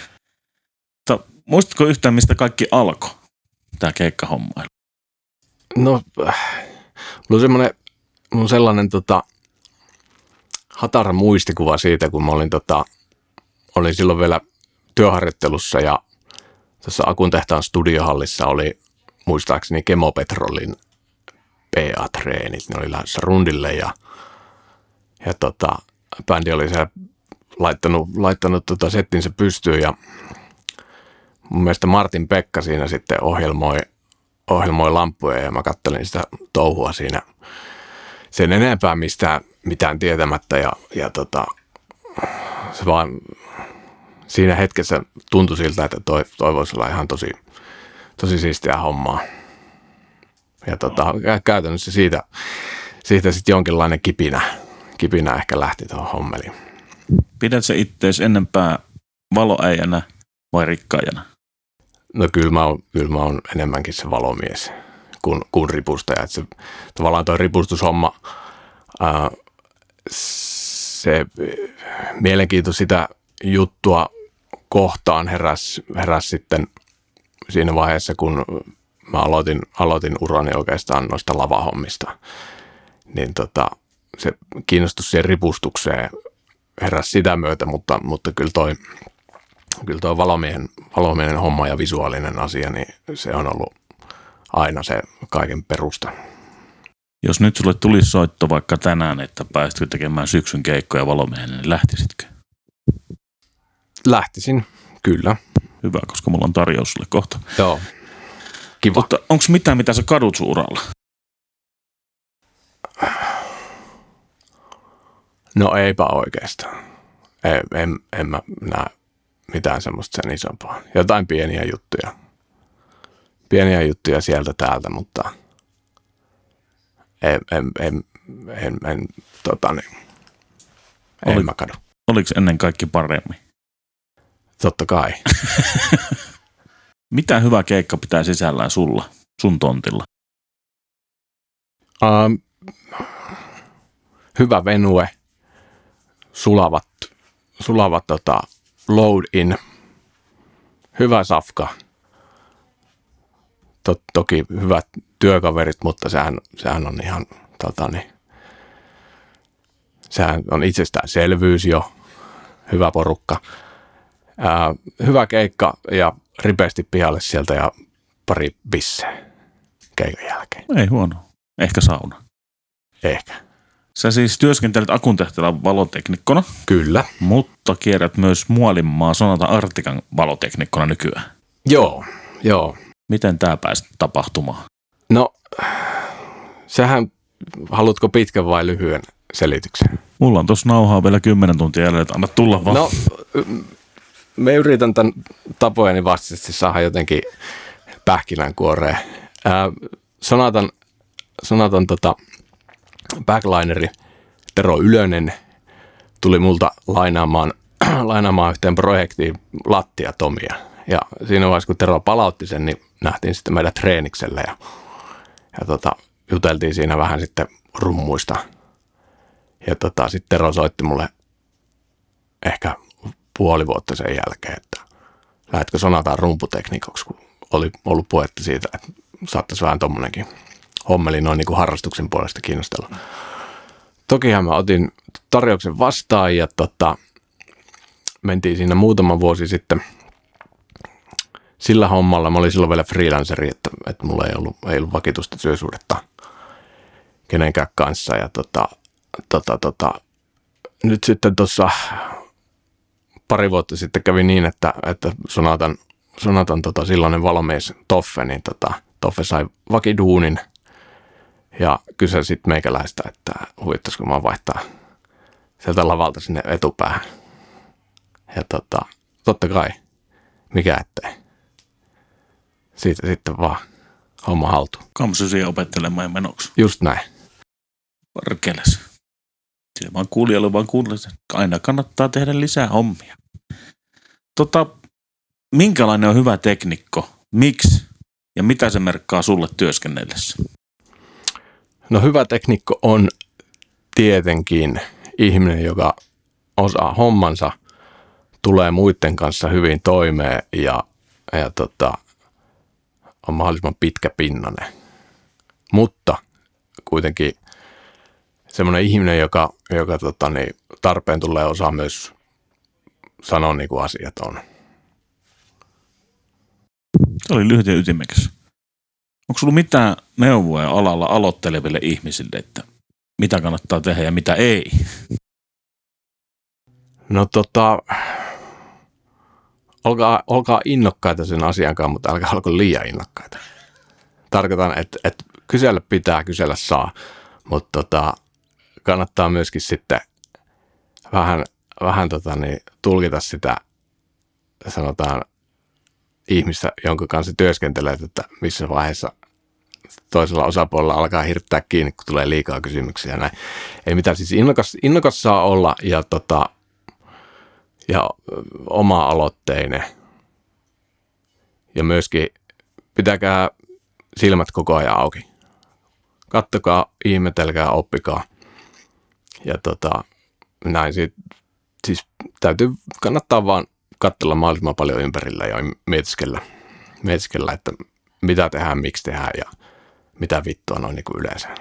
Muistatko yhtään, mistä kaikki alkoi, tämä keikkahommailu? No, mulla on sellainen hatara muistikuva siitä, kun mä olin silloin vielä työharjoittelussa ja tuossa Akun tehtaan studiohallissa oli muistaakseni Kemopetrolin PA-treenit. Ne oli lähdössä rundille ja bändi oli siellä laittanut settinsä pystyyn ja mun mielestä Martin Pekka siinä sitten ohjelmoi lampuja ja mä kattelin sitä touhua siinä sen enempää mitään tietämättä ja se vaan siinä hetkessä tuntui siltä, että toi voisi olla ihan tosi siistiä hommaa. Ja käytännössä siitä sitten jonkinlainen kipinä ehkä lähti tuohon hommeliin. Pidät sä ittees ennempää valoäijänä vai rikkaajana? No kyllä mä oon enemmänkin se valomies kuin ripustaja. Että se, tavallaan toi ripustushomma, se mielenkiinto sitä juttua kohtaan heräsi sitten siinä vaiheessa, kun mä aloitin urani oikeastaan noista lavahommista. Niin se kiinnostus siihen ripustukseen heräsi sitä myötä, mutta kyllä toi valomiehen homma ja visuaalinen asia, niin se on ollut aina se kaiken perusta. Jos nyt sulle tulisi soitto vaikka tänään, että pääsitkö tekemään syksyn keikkoja valomiehenä, niin lähtisitkö? Lähtisin, kyllä. Hyvä, koska mulla on tarjous sulle kohta. Joo, kiva. Mutta onko mitään, mitä sä kadut sun uralla? No eipä oikeastaan. En mä näe mitään semmoista sen isompaa. Jotain pieniä juttuja. Pieniä juttuja sieltä täältä, mutta en mä kadu. Oliko ennen kaikki paremmin? Totta kai. Mitä hyvä keikka pitää sisällään sulla, sun tontilla? Hyvä venue, sulavat load in, hyvä safka. Toki hyvät työkaverit, mutta sehän on ihan sehän on itsestäänselvyys jo, hyvä porukka. Hyvä keikka ja ripeästi pihalle sieltä ja pari bisseä keikan jälkeen. Ei huono. Ehkä sauna. Ehkä. Sä siis työskentelet Akun tehtaalla valoteknikkona. Kyllä. Mutta kierrät myös Muolinmaa Sonata Arctican valoteknikkona nykyään. Joo. Miten tää pääsi tapahtumaan? No, haluatko pitkän vai lyhyen selityksen? Mulla on tossa nauhaa vielä 10 tuntia jäljellä, että anna tulla vaan. No, me yritän tämän tapojeni vastaisesti saada jotenkin pähkinänkuoreen. Sonatan backlineri Tero Ylönen tuli multa lainaamaan yhteen projektiin lattiatomia. Ja siinä vaiheessa, kun Tero palautti sen, niin nähtiin sitten meidän treeniksellä ja juteltiin siinä vähän sitten rummuista. Ja sitten Tero soitti mulle ehkä puoli vuotta sen jälkeen, että lähdetkö Sonataan rumputeknikoksi, kun oli ollut puhetta siitä, että saattaisi vähän tommonenkin hommeli noin niin kuin harrastuksen puolesta kiinnostella. Tokihan mä otin tarjouksen vastaan ja mentiin siinä muutama vuosi sitten sillä hommalla. Mä olin silloin vielä freelanceri, että mulla ei ollut vakituista työsuhdetta kenenkään kanssa. Ja nyt sitten tuossa pari vuotta sitten kävi niin, että Sonatan silloinen valomies Toffe, niin Toffe sai vakiduunin ja kysyi sitten meikäläistä, että huvittaisiko mä vaihtaa sieltä lavalta sinne etupäähän. Ja totta kai, mikä ettei. Siitä sitten vaan homma haltuun. Kamsusia opettelemaan ja menoksi. Just näin. Varkeles. Siellä vaan kuulijalle vaan kuulijalle. Aina kannattaa tehdä lisää hommia. Minkälainen on hyvä teknikko? Miksi? Ja mitä se merkkaa sulle työskennellessä? No hyvä teknikko on tietenkin ihminen, joka osaa hommansa, tulee muiden kanssa hyvin toimeen ja on mahdollisimman pitkäpinnainen. Mutta kuitenkin semmoinen ihminen, joka tarpeen tulee osaa myös sanoa niin kuin asiat on. Se oli lyhyt ja ytimekäs. Onko sulla mitään neuvoja alalla aloitteleville ihmisille, että mitä kannattaa tehdä ja mitä ei? No olkaa innokkaita sen asiankaan, mutta älkää olko liian innokkaita. Tarkoitan, että kysellä pitää, kysellä saa, mutta kannattaa myöskin sitten vähän tulkita sitä, sanotaan, ihmistä, jonka kanssa työskentelee, että missä vaiheessa toisella osapuolella alkaa hirttää kiinni, kun tulee liikaa kysymyksiä. Näin. Ei mitään, siis innokas saa olla ja oma-aloitteinen. Ja myöskin pitäkää silmät koko ajan auki. Kattokaa, ihmetelkää, oppikaa. Ja näin siis kannattaa vaan katsella mahdollisimman paljon ympärillä ja mietiskellä, että mitä tehdään, miksi tehdään ja mitä vittua noin niin kuin yleensä.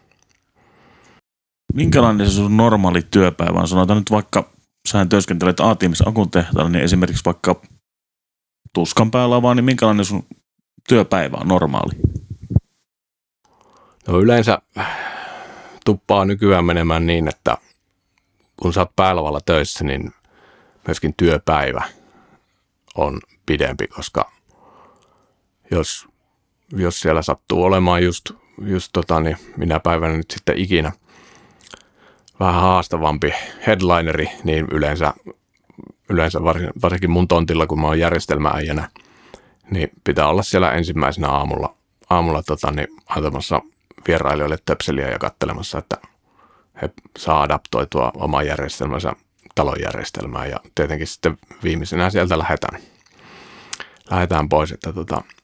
Minkälainen se sun normaali työpäivä on? Sanotaan nyt vaikka sä työskentelet A-tiimissä Akun tehtaalla, niin esimerkiksi vaikka tuskan päällä vaan, niin minkälainen sun työpäivä on normaali? No yleensä tuppaa nykyään menemään niin, että kun sä oot päälavalla töissä, niin myöskin työpäivä on pidempi, koska jos siellä sattuu olemaan just minä päivänä nyt sitten ikinä vähän haastavampi headlineri, niin yleensä varsinkin mun tontilla, kun mä oon järjestelmääijänä, niin pitää olla siellä ensimmäisenä aamulla antamassa vierailijoille töpseliä ja katselemassa, että he saa adaptoitua oman järjestelmänsä talon järjestelmään ja tietenkin sitten viimeisenä sieltä lähdetään pois, että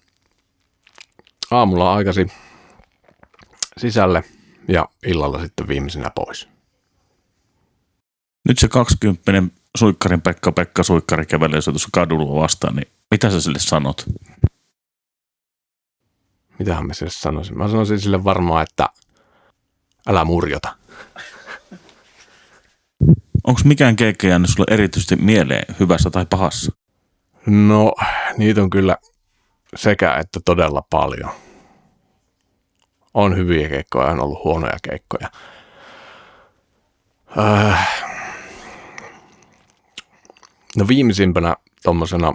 aamulla aikaisin sisälle ja illalla sitten viimeisenä pois. Nyt se 20 Suikkarin Pekka Suikkari kävelee se tuossa kadulla vastaan, niin mitä sä sille sanot? Mitähän mä sille sanoisin? Mä sanoisin sille varmaan, että älä murjota. Onko mikään keikka jäänyt sulle erityisesti mieleen hyvässä tai pahassa? No, niitä on kyllä sekä että todella paljon. On hyviä keikkoja, on ollut huonoja keikkoja. No viimeisimpänä tommosena,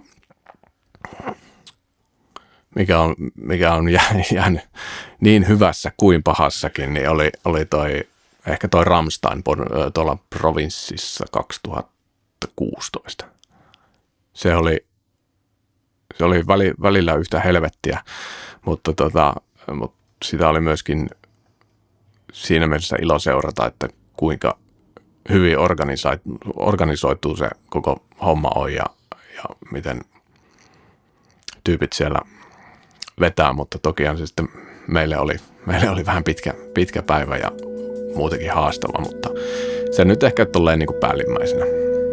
mikä on jäänyt niin hyvässä kuin pahassakin, niin oli ehkä toi Rammstein tuolla provinssissa 2016. Se oli välillä yhtä helvettiä, mutta sitä oli myöskin siinä mielessä ilo seurata, että kuinka hyvin organisoituu se koko homma on ja miten tyypit siellä vetää, mutta tokihan se sitten meille oli vähän pitkä päivä ja muutenkin haastava, mutta se nyt ehkä tulee niin kuin päällimmäisenä.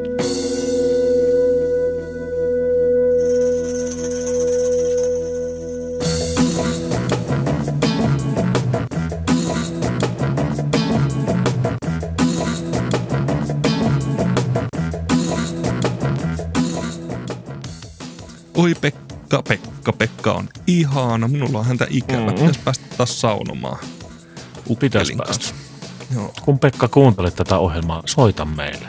Oi Pekka on ihana. Minulla on häntä ikävä. Pitäisi päästä taas saunomaan. Pitäisi päästä. Joo. Kun Pekka kuuntelet tätä ohjelmaa, soita meille.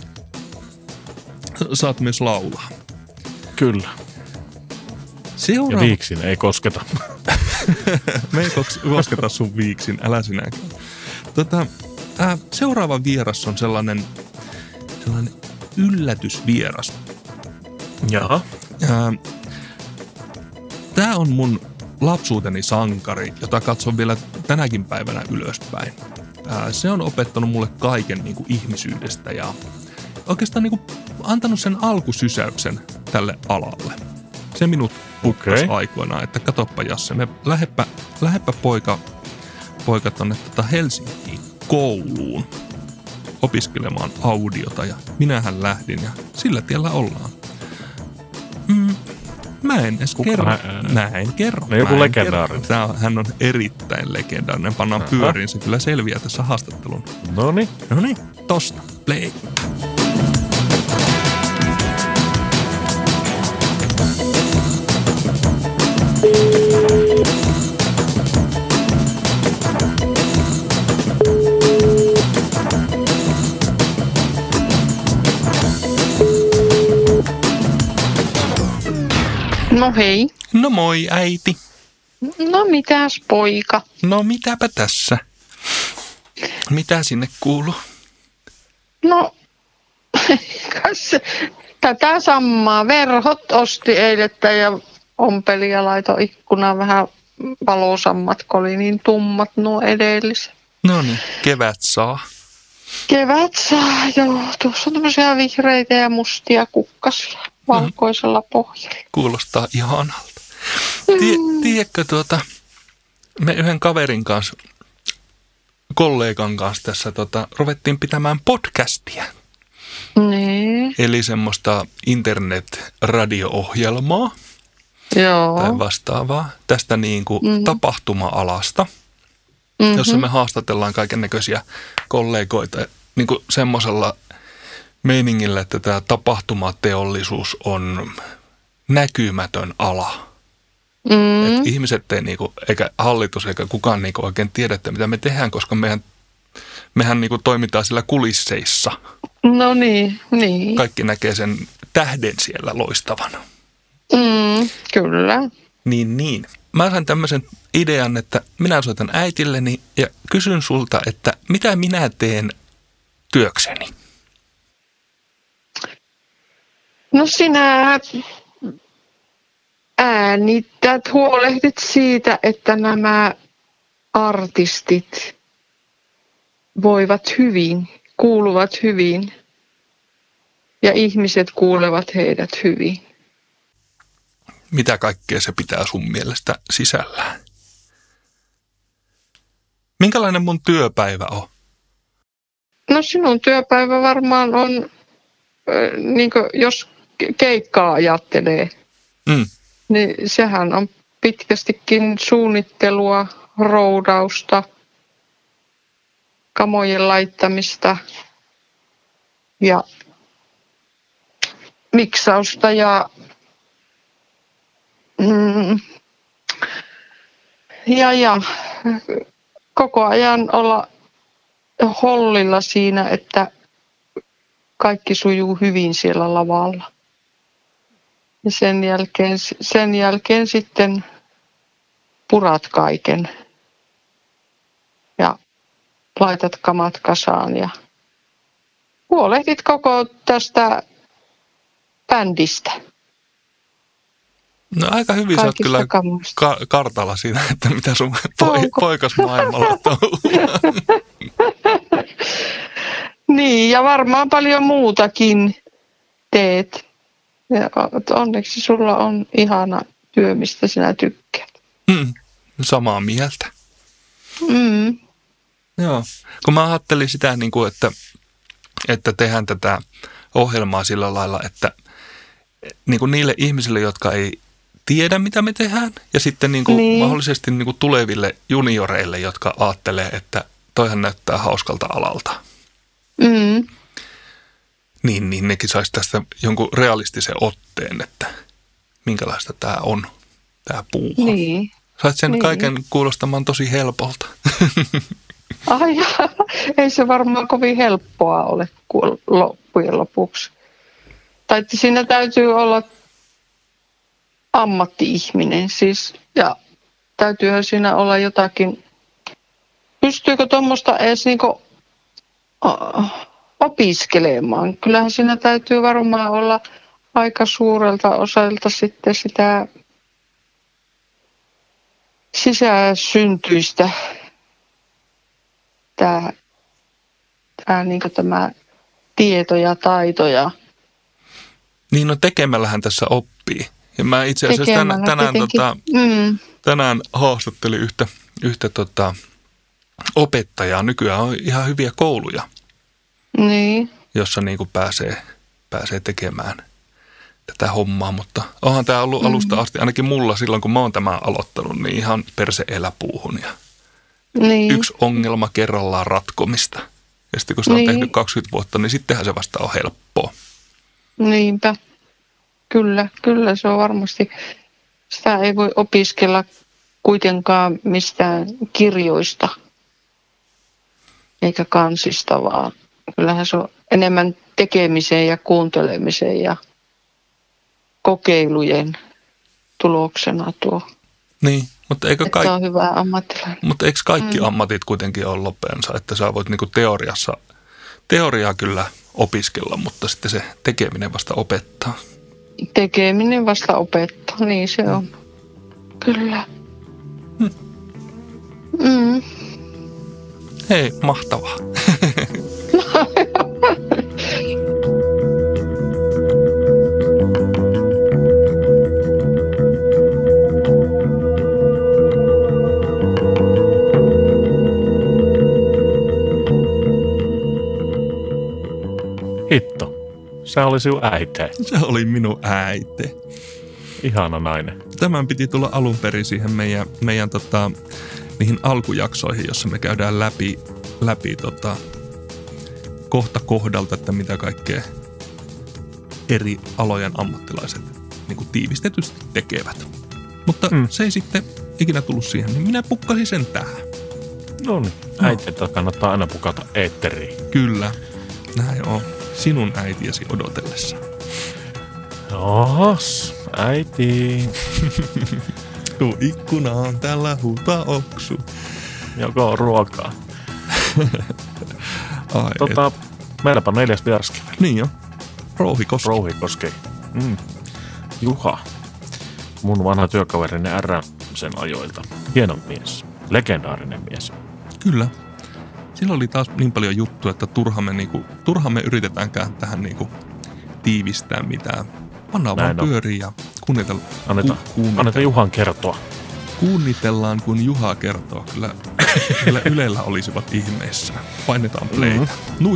Saat myös laulaa. Kyllä. Ja viiksin ei kosketa. Me ei kosketa sun viiksin, älä sinäkään. Seuraava vieras on sellainen yllätysvieras. Jaha. Tämä on mun lapsuuteni sankari, jota katson vielä tänäkin päivänä ylöspäin. Se on opettanut mulle kaiken niin kuin ihmisyydestä ja oikeastaan niin kuin antanut sen alkusysäyksen tälle alalle. Se minut pukkasi aikoinaan, että katoppa Jasse, me läheppä poika tonne Helsinkiin kouluun opiskelemaan audiota ja minähän lähdin ja sillä tiellä ollaan. Mä en edes kerro. Näin kerro. No joku legendaarinen. Hän on erittäin legendaarinen. Pannaan pyöriin, se kyllä selviää tässä haastattelun. Noniin. Noniin, tosta. Play. No hei. No moi äiti. No mitäs poika? No mitäpä tässä? Mitä sinne kuuluu? No tätä samaa. Verhot osti eilettä ja ompeli ja laitoi ikkunaan vähän valosammat, kun oli niin tummat nuo edelliset. No niin, kevät saa. Kevät saa, joo. Tuossa on tämmöisiä vihreitä ja mustia kukkasia valkoisella pohjalla. Kuulostaa ihanalta. Tiedätkö me yhden kaverin kanssa, kollegan kanssa tässä ruvettiin pitämään podcastia. Niin. Eli semmoista internet-radio-ohjelmaa. Joo. Tai vastaavaa. Tästä niin kuin tapahtuma-alasta, jossa me haastatellaan kaikennäköisiä kollegoita niin kuin semmoisella meiningillä, että tämä tapahtumateollisuus on näkymätön ala. Et ihmiset ei niinku, eikä hallitus eikä kukaan niinku oikein tiedä, että mitä me tehdään, koska mehän niinku toimitaan siellä kulisseissa. No niin. Kaikki näkee sen tähden siellä loistavana. Kyllä. Niin. Mä sain tämmöisen idean, että minä soitan äitilleni ja kysyn sulta, että mitä minä teen työkseni? No sinä äänität, huolehdit siitä, että nämä artistit voivat hyvin, kuuluvat hyvin ja ihmiset kuulevat heidät hyvin. Mitä kaikkea se pitää sun mielestä sisällään? Minkälainen mun työpäivä on? No sinun työpäivä varmaan on, niin jos keikkaa ajattelee, niin sehän on pitkästikin suunnittelua, roudausta, kamojen laittamista ja miksausta ja koko ajan olla hollilla siinä, että kaikki sujuu hyvin siellä lavalla. Ja sen jälkeen sitten purat kaiken ja laitat kamat kasaan ja huolehdit koko tästä bändistä. No aika hyvin sä oot kyllä kartalla siinä, että mitä sun poikas maailmalla touhuu. Niin, ja varmaan paljon muutakin teet. Ja onneksi sulla on ihana työ, mistä sinä tykkäät. Samaa mieltä. Joo, kun mä ajattelin sitä, niin kuin, että tehdään tätä ohjelmaa sillä lailla, että niin kuin niille ihmisille, jotka ei tiedä, mitä me tehdään, ja sitten niin kuin mahdollisesti niin kuin tuleville junioreille, jotka ajattelee, että toihan näyttää hauskalta alalta. Niin nekin saisi tästä jonkun realistisen otteen, että minkälaista tämä on, tämä puuha. Niin. Sait sen kaiken kuulostamaan tosi helpolta. Ai, ei se varmaan kovin helppoa ole loppujen lopuksi. Tai siinä täytyy olla ammatti-ihminen siis, ja täytyyhän siinä olla jotakin. Pystyykö tuommoista edes niinku opiskelemaan? Kyllähän siinä täytyy varmaan olla aika suurelta osalta sitten sitä sisäsyntyistä tämä tieto ja taitoja. Niin, no tekemällähän tässä oppii. Ja mä itse asiassa tänään haastattelin yhtä opettajaa. Nykyään on ihan hyviä kouluja, niin, jossa niin kuin pääsee tekemään tätä hommaa, mutta onhan tämä ollut alusta asti, ainakin mulla silloin, kun mä oon tämän aloittanut, niin ihan perse eläpuuhun ja yksi ongelma kerrallaan ratkomista. Ja sitten kun sitä on tehnyt 20 vuotta, niin sittenhän se vasta on helppoa. Niinpä. Kyllä se on varmasti. Sitä ei voi opiskella kuitenkaan mistään kirjoista eikä kansista, vaan kyllähän se on enemmän tekemiseen ja kuuntelemiseen ja kokeilujen tuloksena tuo. Niin, mutta eikö että on hyvä ammattilainen. Mutta eikö kaikki ammatit kuitenkin ole loppeensa, että sä voit niinku teoriaa kyllä opiskella, mutta sitten se tekeminen vasta opettaa. Tekeminen vasta opettaa, niin se on. Kyllä. Hei, mahtavaa. Hitto, se oli sinun äite. Se oli minun äite. Ihana nainen. Tämän piti tulla alun perin siihen meidän niihin alkujaksoihin, jossa me käydään läpi kohta kohdalta, että mitä kaikkea eri alojen ammattilaiset niin kuin tiivistetysti tekevät. Mutta se ei sitten ikinä tullut siihen, niin minä pukkasin sen tähän. No niin, äiteitä kannattaa aina pukata eetteriin. Kyllä, näin on sinun äitiäsi odotellessa. Ohos, äiti. Tuo ikkunaan tällä huutaa oksu. Joko on ruokaa. Meilläpä 4. vieraskin. Niin jo. Rouhikoski. Juha. Mun vanha työkaverini RM:n ajoilta. Hieno mies. Legendaarinen mies. Kyllä. Sillä oli taas niin paljon juttuja, että turhaan me yritetäänkään tähän tiivistää mitään. Pannaan vaan pyöriin ja kuunnitellaan. Annetaan Juhan kertoa. Kuunnitellaan, kun Juha kertoo. Kyllä Ylellä olisivat ihmeissään. Painetaan playtä. Nui.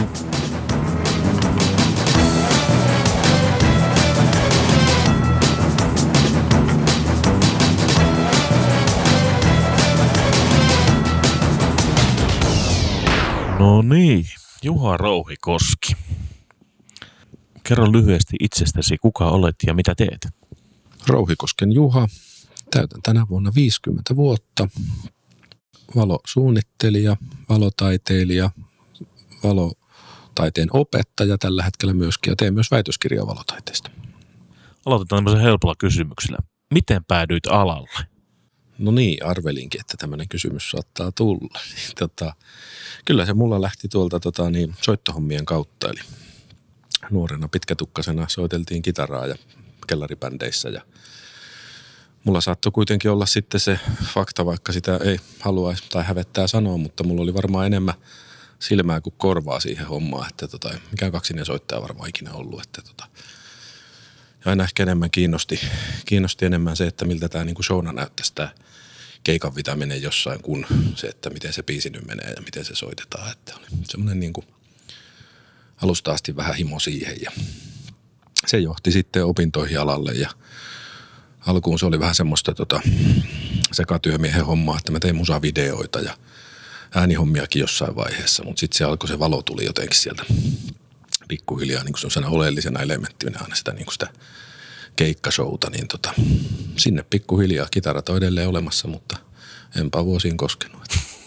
No niin, Juha Rouhikoski. Kerro lyhyesti itsestäsi, kuka olet ja mitä teet. Rouhikosken Juha. Täytän tänä vuonna 50 vuotta. Valosuunnittelija, valotaiteilija, valotaiteen opettaja tällä hetkellä myöskin ja teen myös väitöskirjaa valotaiteesta. Aloitetaan tämmöisen helpolla kysymyksellä. Miten päädyit alalle? No niin, arvelinkin, että tämmöinen kysymys saattaa tulla. Kyllä se mulla lähti tuolta soittohommien kautta, eli nuorena pitkätukkasena soiteltiin kitaraa ja kellaribändeissä ja mulla saattoi kuitenkin olla sitten se fakta, vaikka sitä ei haluaisi tai hävettää sanoa, mutta mulla oli varmaan enemmän silmää kuin korvaa siihen hommaan, että mikään kaksinen soittaja varmaan ikinä ollut, että ja aina ehkä enemmän kiinnosti enemmän se, että miltä tämä niinku showna näyttäisi tämä keikan vetäminen jossain kuin se, että miten se biisi nyt menee ja miten se soitetaan, että oli semmoinen niinku alusta asti vähän himo siihen ja se johti sitten opintoihin alalle ja alkuun se oli vähän semmoista sekatyömiehen hommaa, että mä tein musavideoita ja äänihommiakin jossain vaiheessa, mutta sitten se valo tuli jotenkin sieltä pikkuhiljaa niin kuin semmoisena oleellisena elementtinä aina sitä, niin kuin sitä keikkashowta, niin sinne pikkuhiljaa kitarat on edelleen olemassa, mutta enpä vuosiin koskenut.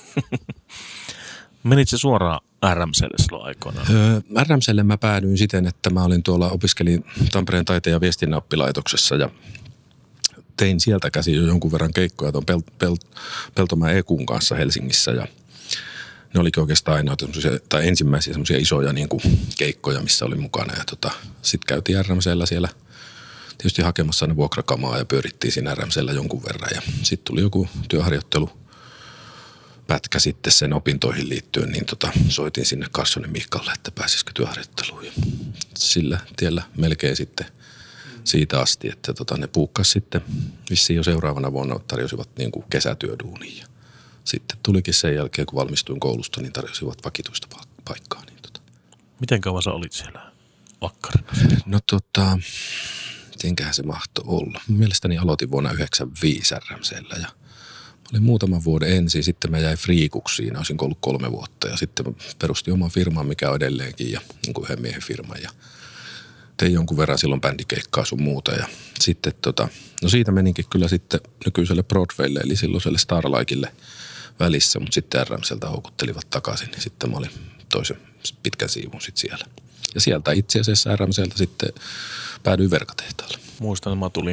Menit se suoraan RMClle silloin aikoinaan? RMClle mä päädyin siten, että mä opiskelin Tampereen taiteen ja viestinnän oppilaitoksessa ja tein sieltä käsin jo jonkun verran keikkoja tuon Peltomäen EQ:n kanssa Helsingissä ja ne olikin oikeastaan ainoita ensimmäisiä semmoisia isoja niin kuin keikkoja, missä oli mukana ja sitten käytiin RMCllä siellä tietysti hakemassa ne vuokrakamaa ja pyörittiin siinä RMCllä jonkun verran ja sitten tuli joku työharjoittelupätkä sitten sen opintoihin liittyen, niin soitin sinne Kassonen Mikalle, että pääsisikö työharjoitteluun ja sillä tiellä melkein sitten siitä asti, että ne puukkas sitten vissiin jo seuraavana vuonna tarjosivat niin kuin kesätyöduunia. Ja sitten tulikin sen jälkeen, kun valmistuin koulusta, niin tarjosivat vakituista paikkaa. Niin Miten kauan sä olit siellä vakkarina? No mitenköhän se mahtoi olla? Mielestäni aloitin vuonna 1995 RMC:llä ja olin muutaman vuoden ensin, sitten mä jäin friikuksi siinä, olisin ollut 3 vuotta ja sitten mä perustin oman firman, mikä on edelleenkin ja niin kuin yhden miehen firman ja tein jonkun verran silloin bändikeikkaa sun muuta ja sitten no siitä meninkin kyllä sitten nykyiselle Broadwaylle eli silloiselle Starlightille välissä, mutta sitten RMC:ltä houkuttelivat takaisin, niin sitten mä olin toisen pitkän siivun sitten siellä. Ja sieltä itse asiassa RMC:ltä sitten päädyin verkatehtaalle. Muistan, että mä tulin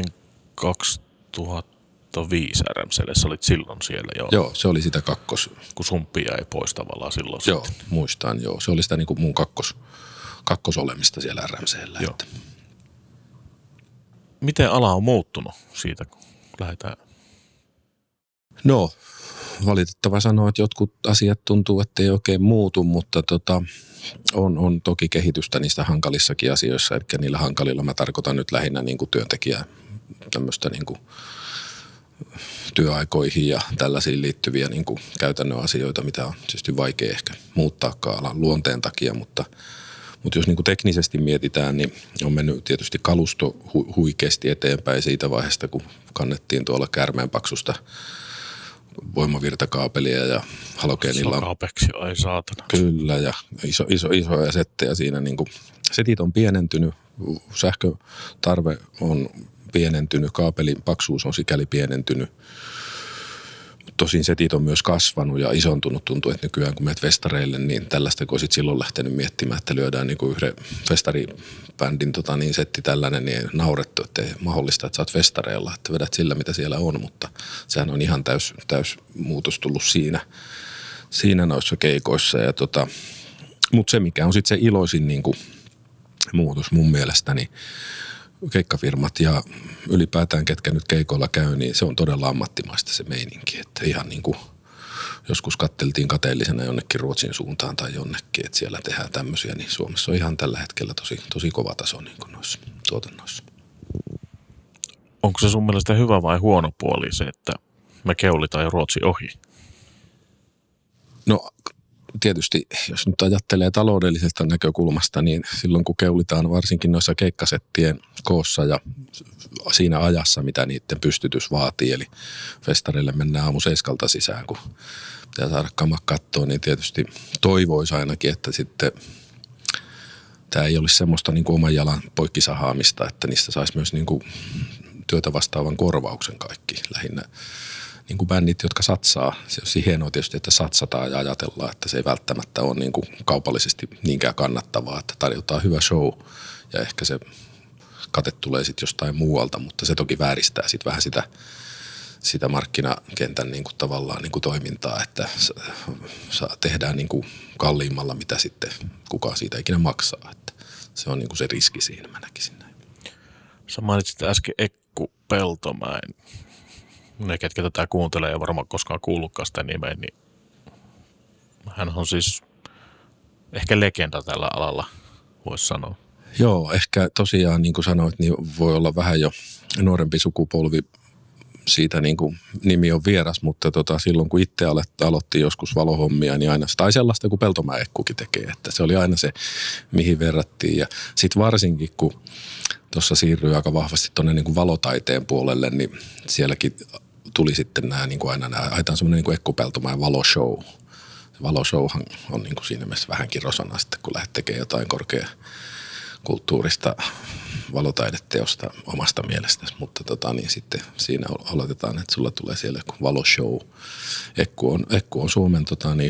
2005 RMC:lle, sä olit silloin siellä jo. Joo, se oli sitä kun sumppi jäi pois tavallaan silloin. Joo, sitten. muistan, joo. Se oli sitä niin kuin mun kakkosolemista siellä RMC:llä. Joo. Miten ala on muuttunut siitä, kun lähdetään? No, valitettava sanoa, että jotkut asiat tuntuu, että ei oikein muutu, mutta on toki kehitystä niistä hankallissakin asioissa. Eli niillä hankalilla mä tarkoitan nyt lähinnä niin kuin työntekijää, tämmöistä niin kuin työaikoihin ja tällaisiin liittyviä niin kuin käytännön asioita, mitä on tietysti vaikea ehkä muuttaakaan alan luonteen takia, mutta jos niin kuin teknisesti mietitään, niin on mennyt tietysti kalusto huikeasti eteenpäin siitä vaiheesta, kun kannettiin tuolla käärmeenpaksusta voimavirtakaapelia ja halogeenilla on... Sokapeksi, ai saatana. Kyllä, ja isoja settejä siinä. Niin kuin setit on pienentynyt, sähkötarve on pienentynyt, kaapelin paksuus on sikäli pienentynyt. Tosin setit on myös kasvanut ja isontunut. Tuntuu, että nykyään kun menet festareille, niin tällaista kun olisit silloin lähtenyt miettimään, että lyödään niin kuin yhden festaribändin setti tällainen, niin naurettu, että ei mahdollista, että sä oot festareilla, että vedät sillä, mitä siellä on, mutta sehän on ihan täys muutos tullut siinä noissa keikoissa. Ja mutta se, mikä on sitten se iloisin niin kuin muutos mun mielestä, niin keikkafirmat ja ylipäätään ketkä nyt keikoilla käy, niin se on todella ammattimaista se meininki, että ihan niin kuin joskus katteltiin kateellisena jonnekin Ruotsin suuntaan tai jonnekin, että siellä tehdään tämmöisiä, niin Suomessa on ihan tällä hetkellä tosi kova taso niin kuin noissa tuotannoissa. Onko se sun mielestä hyvä vai huono puoli se, että me keulitaan jo Ruotsi ohi? No tietysti, jos nyt ajattelee taloudellisesta näkökulmasta, niin silloin kun keulitaan varsinkin noissa keikkasettien koossa ja siinä ajassa, mitä niiden pystytys vaatii, eli festareille mennään aamu 7 sisään, kun pitää saada kamat kattoa, niin tietysti toivoisi ainakin, että sitten tämä ei olisi semmoista niin kuin oman jalan poikkisahaamista, että niistä saisi myös niin kuin työtä vastaavan korvauksen kaikki lähinnä. Niin kuin bändit, jotka satsaa, se on hienoa tietysti, että satsataan ja ajatellaan, että se ei välttämättä ole niin kuin kaupallisesti niinkään kannattavaa, että tarjotaan hyvä show ja ehkä se kate tulee sitten jostain muualta, mutta se toki vääristää sitten vähän sitä markkinakentän niin kuin tavallaan niin kuin toimintaa, että tehdään niin kuin kalliimmalla, mitä sitten kukaan siitä ikinä maksaa, että se on niin kuin se riski siinä, mä näkisin näin. Sä mainitsit äsken Ekku Peltomäen. Ne, ketkä tätä kuuntelee ja varmaan koskaan kuullutkaan sitä nimeä, niin hän on siis ehkä legenda tällä alalla, voisi sanoa. Joo, ehkä tosiaan niin kuin sanoit, niin voi olla vähän jo nuorempi sukupolvi siitä niin kuin nimi on vieras, mutta silloin kun itse aloitti joskus valohommia, niin aina, tai sellaista kuin Peltomäen Ekkukin tekee, että se oli aina se, mihin verrattiin. Ja sitten varsinkin, kun tuossa siirryi aika vahvasti tuonne niin kuin valotaiteen puolelle, niin sielläkin tuli sitten nämä, niin kuin aina aitaan semmoinen niin kuin Ekku Peltomäen valoshow. Se valoshowhan on niin kuin siinä mielessä vähän kirosana sitten, kun lähdet tekemään jotain korkeakulttuurista valotaideteosta omasta mielestäsi, mutta niin sitten siinä aloitetaan, että sulla tulee siellä joku valoshow. Ekku on Suomen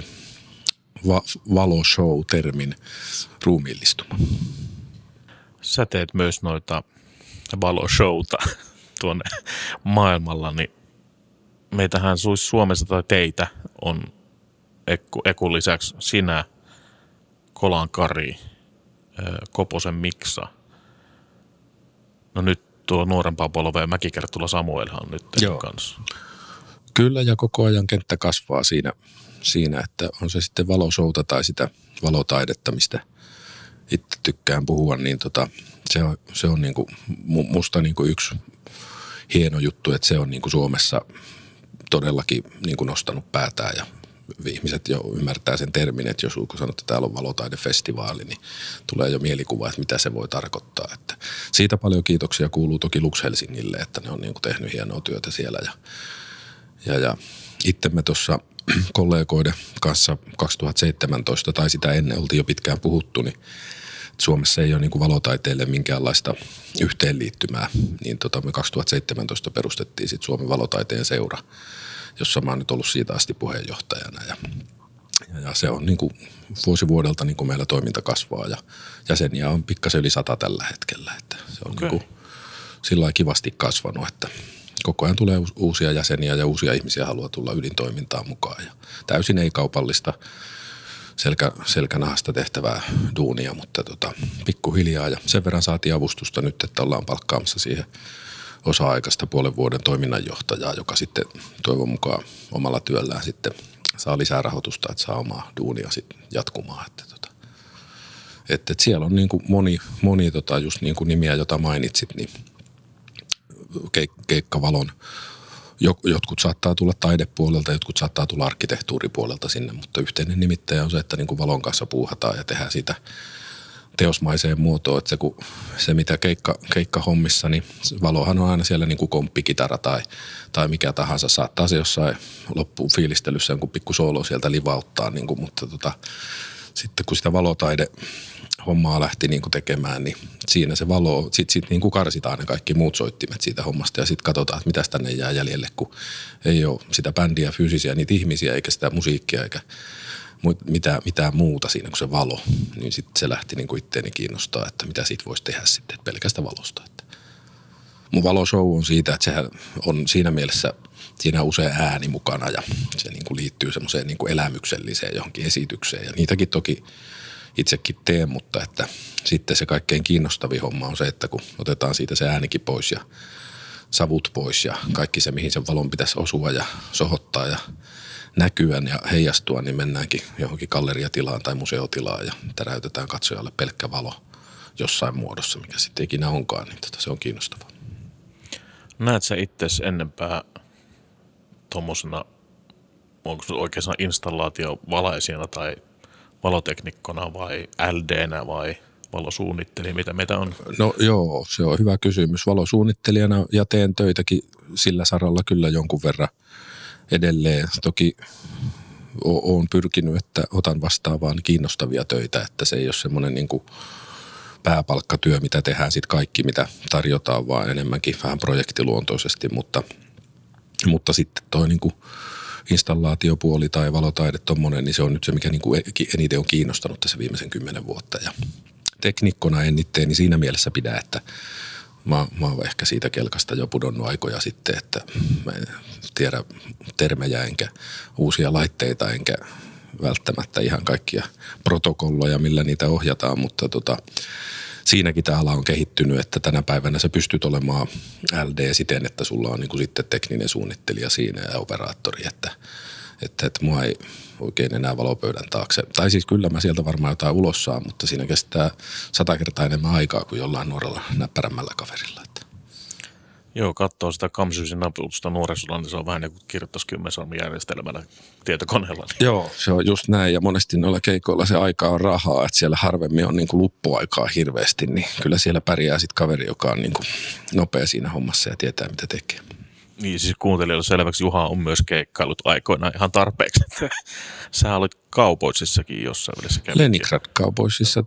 valoshow-termin ruumiillistuma. Sä teet myös noita valoshowta tuonne maailmalla, niin meitähän Suomessa tai teitä on Ekun lisäksi sinä, Kolan Kari, Koposen Miksa. No nyt tuo nuorempaa polvea Mäkikerttula Samuelhan on nyt kanssa. Kyllä, ja koko ajan kenttä kasvaa siinä, että on se sitten valoshowta tai sitä valotaidetta, mistä itse tykkään puhua, niin se on niinku, musta niinku yksi hieno juttu, että se on niinku Suomessa todellakin niinku nostanut päätään ja ihmiset jo ymmärtää sen termin, että jos kun sanoo, että täällä on valotaidefestivaali, niin tulee jo mielikuva, että mitä se voi tarkoittaa. Että siitä paljon kiitoksia kuuluu toki Lux Helsingille, että ne on niin kuin tehnyt hienoa työtä siellä. Ja itse me tuossa kollegoiden kanssa 2017 tai sitä ennen oltiin jo pitkään puhuttu, niin Suomessa ei ole niin kuin valotaiteille minkäänlaista yhteenliittymää, niin me 2017 perustettiin sitten Suomen valotaiteen seura, jossa mä oon nyt ollut siitä asti puheenjohtajana. Ja se on niin kuin vuosi vuodelta niin kuin meillä toiminta kasvaa ja jäseniä on pikkasen yli 100 tällä hetkellä. Että se on niin kuin sillä lailla kivasti kasvanut, että koko ajan tulee uusia jäseniä ja uusia ihmisiä haluaa tulla ydintoimintaan mukaan. Ja täysin ei-kaupallista selkänahasta tehtävää duunia, mutta pikkuhiljaa. Ja sen verran saatiin avustusta nyt, että ollaan palkkaamassa siihen osa-aikaista puolen vuoden toiminnanjohtajaa, joka sitten toivon mukaan omalla työllään sitten saa lisää rahoitusta, että saa omaa duunia sitten jatkumaan. Että siellä on niin kuin moni just niin kuin nimiä, jota mainitsit, niin Keikkavalon. Jotkut saattaa tulla taidepuolelta, jotkut saattaa tulla arkkitehtuuripuolelta sinne, mutta yhteinen nimittäjä on se, että niin kuin valon kanssa puuhataan ja tehdään sitä teosmaiseen muotoon. Että se mitä keikkahommissa, niin valohan on aina siellä niin kuin komppikitara tai mikä tahansa. Saattaa se jossain loppuun fiilistelyssä jonkun pikku soolo sieltä livauttaa, niin kuin, mutta sitten kun sitä hommaa lähti niin kuin tekemään, niin siinä se valo, sitten niin kuin karsitaan ne kaikki muut soittimet siitä hommasta ja sitten katsotaan, että mitäs tänne jää jäljelle, kun ei ole sitä bändiä, fyysisiä, niitä ihmisiä eikä sitä musiikkia eikä mitään muuta siinä kuin se valo. Niin sitten se lähti niin kuin itteeni kiinnostaa, että mitä siitä voisi tehdä sitten, pelkästä valosta. Mun valoshow on siitä, että sehän on siinä mielessä, siinä on usein ääni mukana ja se niin kuin liittyy semmoiseen niin kuin elämykselliseen johonkin esitykseen ja niitäkin toki itsekin teen, mutta että sitten se kaikkein kiinnostavin homma on se, että kun otetaan siitä se äänikin pois ja savut pois ja kaikki se, mihin sen valon pitäisi osua ja sohottaa ja näkyä ja heijastua, niin mennäänkin johonkin galleriatilaan tai museotilaan ja täräytetään katsojalle pelkkä valo jossain muodossa, mikä sitten ikinä onkaan, niin se on kiinnostavaa. Näet sä itsesi ennempää tuommoisena, onko se oikeastaan installaatiovalaisijana tai valoteknikkona vai LD:nä vai valosuunnittelijana, mitä meitä on? No joo, se on hyvä kysymys. Valosuunnittelijana ja teen töitäkin sillä saralla kyllä jonkun verran edelleen. Toki olen pyrkinyt, että otan vastaan vaan kiinnostavia töitä, että se ei ole semmoinen niin kuin pääpalkkatyö, mitä tehdään sitten kaikki, mitä tarjotaan, vaan enemmänkin vähän projektiluontoisesti, mutta sitten toi niin kuin installaatiopuoli tai valotaide tommonen, niin se on nyt se, mikä niin kuin eniten on kiinnostanut tässä viimeisen 10 vuotta. Ja teknikkona en itteeni siinä mielessä pidä, että mä oon ehkä siitä kelkasta jo pudonnut aikoja sitten, että mä en tiedä termejä enkä uusia laitteita enkä välttämättä ihan kaikkia protokolloja, millä niitä ohjataan, mutta siinäkin tämä ala on kehittynyt, että tänä päivänä sä pystyt olemaan LD siten, että sulla on niin kuin sitten tekninen suunnittelija siinä ja operaattori, että mua ei oikein enää valopöydän taakse. Tai siis kyllä mä sieltä varmaan jotain ulos saan, mutta siinä kestää 100 kertaa enemmän aikaa kuin jollain nuorella näppärämmällä kaverilla. Joo, katsoo sitä Camsysin naputusta nuorisolla, niin se on vähän niin kuin kirjoittaisi 10 järjestelmällä tietokoneella. Niin. Joo, se on just näin ja monesti noilla keikoilla se aika on rahaa, että siellä harvemmin on niin kuin luppuaikaa hirveästi, niin kyllä siellä pärjää sitten kaveri, joka on niin kuin nopea siinä hommassa ja tietää mitä tekee. Niin, siis kuuntelijoille selväksi Juha on myös keikkailut aikoinaan ihan tarpeeksi. Sä olit Cowboysissakin jossain välissä. Leningrad Cowboysissa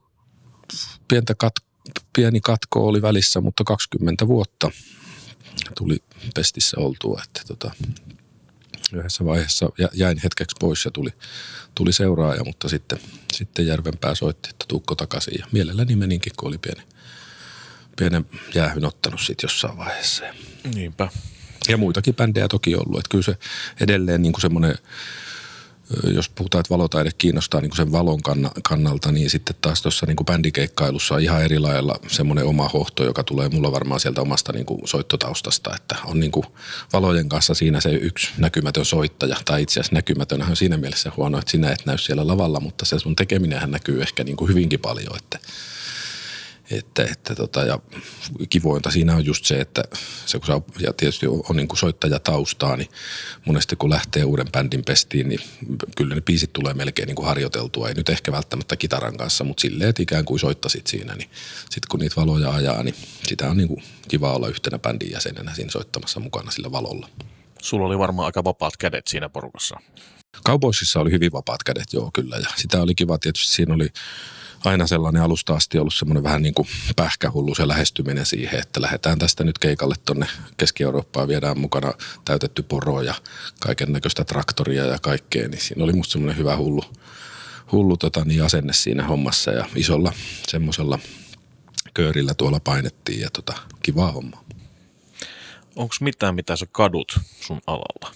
pieni katko oli välissä, mutta 20 vuotta tuli pestissä oltua, että yhdessä vaiheessa jäin hetkeksi pois ja tuli seuraaja, mutta sitten Järvenpää soitti, että tuukko takaisin ja mielelläni meninkin, kun oli pienen jäähyn ottanut sitten jossain vaiheessa. Niinpä. Ja muitakin bändejä toki ollut, että kyllä se edelleen niin kuin semmoinen, jos puhutaan, että valotaide kiinnostaa niin kuin sen valon kannalta, niin sitten taas tuossa niin kuin bändikeikkailussa on ihan eri lailla semmoinen oma hohto, joka tulee mulla varmaan sieltä omasta niin kuin soittotaustasta, että on niin kuin valojen kanssa siinä se yksi näkymätön soittaja, tai itse asiassa näkymätönhän on siinä mielessä huono, että sinä et näy siellä lavalla, mutta se sun tekeminenhän näkyy ehkä niin kuin hyvinkin paljon, Ja kivointa siinä on just se, että se kun ja tietysti on niin kuin soittajataustaa, niin monesti kun lähtee uuden bändin pestiin, niin kyllä ne biisit tulee melkein niin kuin harjoiteltua. Ei nyt ehkä välttämättä kitaran kanssa, mutta silleen, että ikään kuin soittasit siinä, niin sitten kun niitä valoja ajaa, niin sitä on niin kuin kiva olla yhtenä bändin jäsenenä siinä soittamassa mukana sillä valolla. Sulla oli varmaan aika vapaat kädet siinä porukassa. Cowboysissa oli hyvin vapaat kädet, joo kyllä, ja sitä oli kiva tietysti, siinä oli aina sellainen alusta asti ollut semmoinen vähän niin kuin pähkähullu se lähestyminen siihen, että lähdetään tästä nyt keikalle tonne Keski-Eurooppaan, viedään mukana täytetty poro ja kaiken näköistä traktoria ja kaikkea, niin siinä oli musta semmoinen hyvä hullu asenne siinä hommassa ja isolla semmoisella köörillä tuolla painettiin ja kivaa hommaa. Onko mitään, mitä sä kadut sun alalla?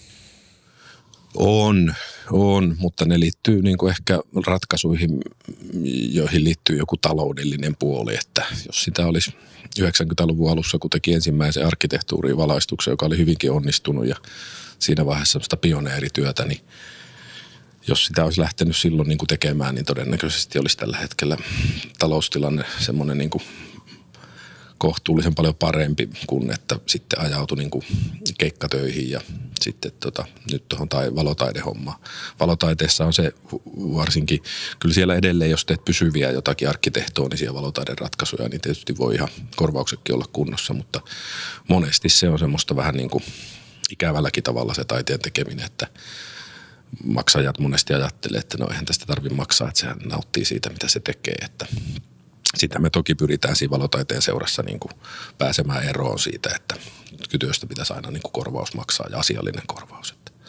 On, mutta ne liittyy niin kuin ehkä ratkaisuihin, joihin liittyy joku taloudellinen puoli, että jos sitä olisi 90-luvun alussa, kun teki ensimmäisen arkkitehtuurin valaistuksen, joka oli hyvinkin onnistunut ja siinä vaiheessa semmoista pioneerityötä, niin jos sitä olisi lähtenyt silloin niin kuin tekemään, niin todennäköisesti olisi tällä hetkellä taloustilanne semmoinen niin kuin kohtuullisen paljon parempi kuin että sitten ajautui niin kuin keikkatöihin ja sitten nyt tuohon valotaidehommaan. Valotaiteessa on se varsinkin, kyllä siellä edelleen, jos teet pysyviä jotakin arkkitehtonisia valotaideratkaisuja, niin tietysti voi ihan korvauksetkin olla kunnossa, mutta monesti se on semmoista vähän niin kuin ikävälläkin tavalla se taiteen tekeminen, että maksajat monesti ajattelee, että no eihän tästä tarvitse maksaa, että sehän nauttii siitä, mitä se tekee, että sitä me toki pyritään siinä valotaiteen seurassa niin kuin pääsemään eroon siitä, että työstä pitäisi aina niin kuin korvaus maksaa ja asiallinen korvaus.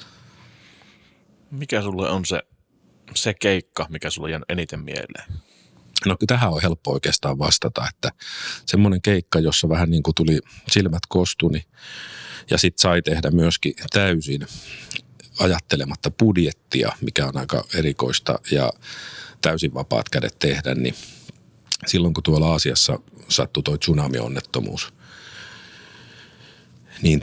Mikä sulle on se keikka, mikä sulle jää eniten mieleen? No tähän on helppo oikeastaan vastata, että semmoinen keikka, jossa vähän niin kuin tuli silmät kostuni ja sitten sai tehdä myöskin täysin ajattelematta budjettia, mikä on aika erikoista ja täysin vapaat kädet tehdä, niin silloin kun tuolla Aasiassa sattui toi tsunami-onnettomuus, niin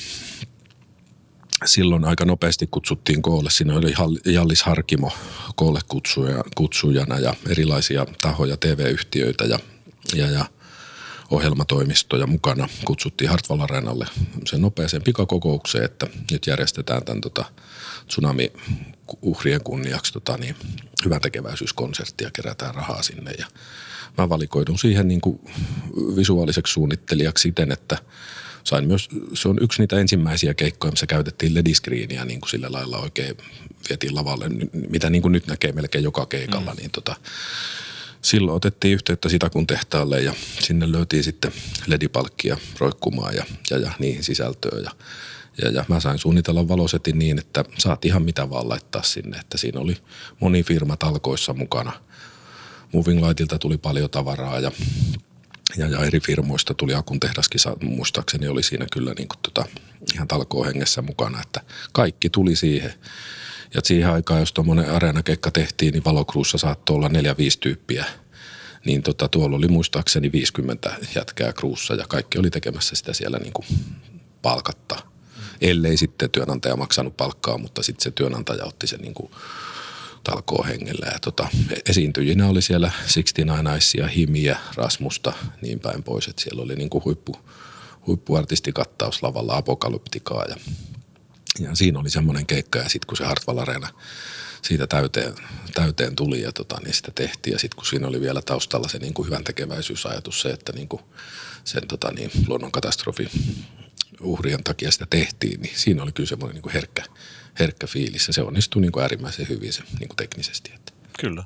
silloin aika nopeasti kutsuttiin koolle. Siinä oli Jallis Harkimo koolle kutsujana ja erilaisia tahoja, TV-yhtiöitä ja ohjelmatoimistoja mukana. Kutsuttiin Hartwall Areenalle sen nopeeseen pikakokoukseen, että nyt järjestetään tämän tsunami-uhrien kunniaksi hyväntekeväisyyskonsertti ja kerätään rahaa sinne. Ja mä valikoidun siihen niin kuin visuaaliseksi suunnittelijaksi siten, että sain myös, se on yksi niitä ensimmäisiä keikkoja, missä käytettiin LED-screeniä niin kuin sillä lailla oikein vietiin lavalle, mitä niin kuin nyt näkee melkein joka keikalla, niin silloin otettiin yhteyttä Sitakun tehtaalle ja sinne löytiin sitten LED-palkkia roikkumaan ja niihin sisältöön ja mä sain suunnitella valosetin niin, että saat ihan mitä vaan laittaa sinne, että siinä oli moni firma talkoissa mukana. Moving Lightilta tuli paljon tavaraa ja eri firmoista tuli Akun tehdaskin, muistaakseni oli siinä kyllä niin kuin ihan talkoohengessä mukana, että kaikki tuli siihen. Ja siihen aikaan, jos tuommoinen areenakeikka tehtiin, niin valokruussa saattoi olla 4-5 tyyppiä. Niin tuolla oli muistaakseni 50 jätkää kruussa ja kaikki oli tekemässä sitä siellä niin kuin palkatta. Ellei sitten työnantaja maksanut palkkaa, mutta sitten se työnantaja otti sen niin kuin talkoohengellä. Ja esiintyjinä oli siellä 69 Icea, Himiä, Rasmusta, niin päin pois. Että siellä oli niin kuin huippuartistikattaus lavalla, Apokalyptikaa ja siinä oli semmoinen keikka ja sitten kun se Hartwall Areena siitä täyteen tuli ja niin sitä tehtiin ja sitten kun siinä oli vielä taustalla se niin kuin hyvän tekeväisyysajatus se, että niin kuin sen luonnonkatastrofi uhrien takia sitä tehtiin, niin siinä oli kyllä semmoinen niin kuin herkkä fiilis ja se onnistui niin kuin äärimmäisen hyvin se niin kuin teknisesti. Että. Kyllä.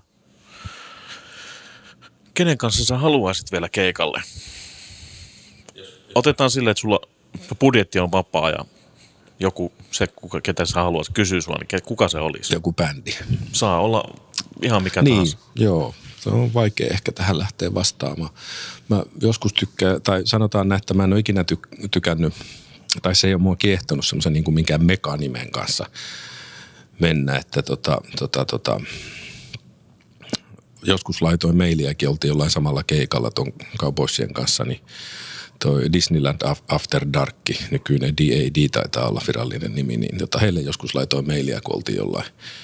Kenen kanssa sä haluaisit vielä keikalle? Otetaan silleen, että sulla budjetti on vapaa ja joku, ketä sä haluaisit kysyä sulla, niin kuka se olisi? Joku bändi. Saa olla ihan mikä niin, tahansa. Joo. Se on vaikea ehkä tähän lähteä vastaamaan. Mä joskus tykkään, tai sanotaan näin, että mä en ole ikinä tykännyt, tai se ei ole mua kiehtonut semmoisen niin kuin minkään mekanimen kanssa mennä, että joskus laitoin mailiakin, oltiin jollain samalla keikalla ton Cowboysien kanssa, niin toi Disneyland After Dark, nykyinen DAD taitaa olla virallinen nimi, niin heille joskus laitoin mailia, kun oltiin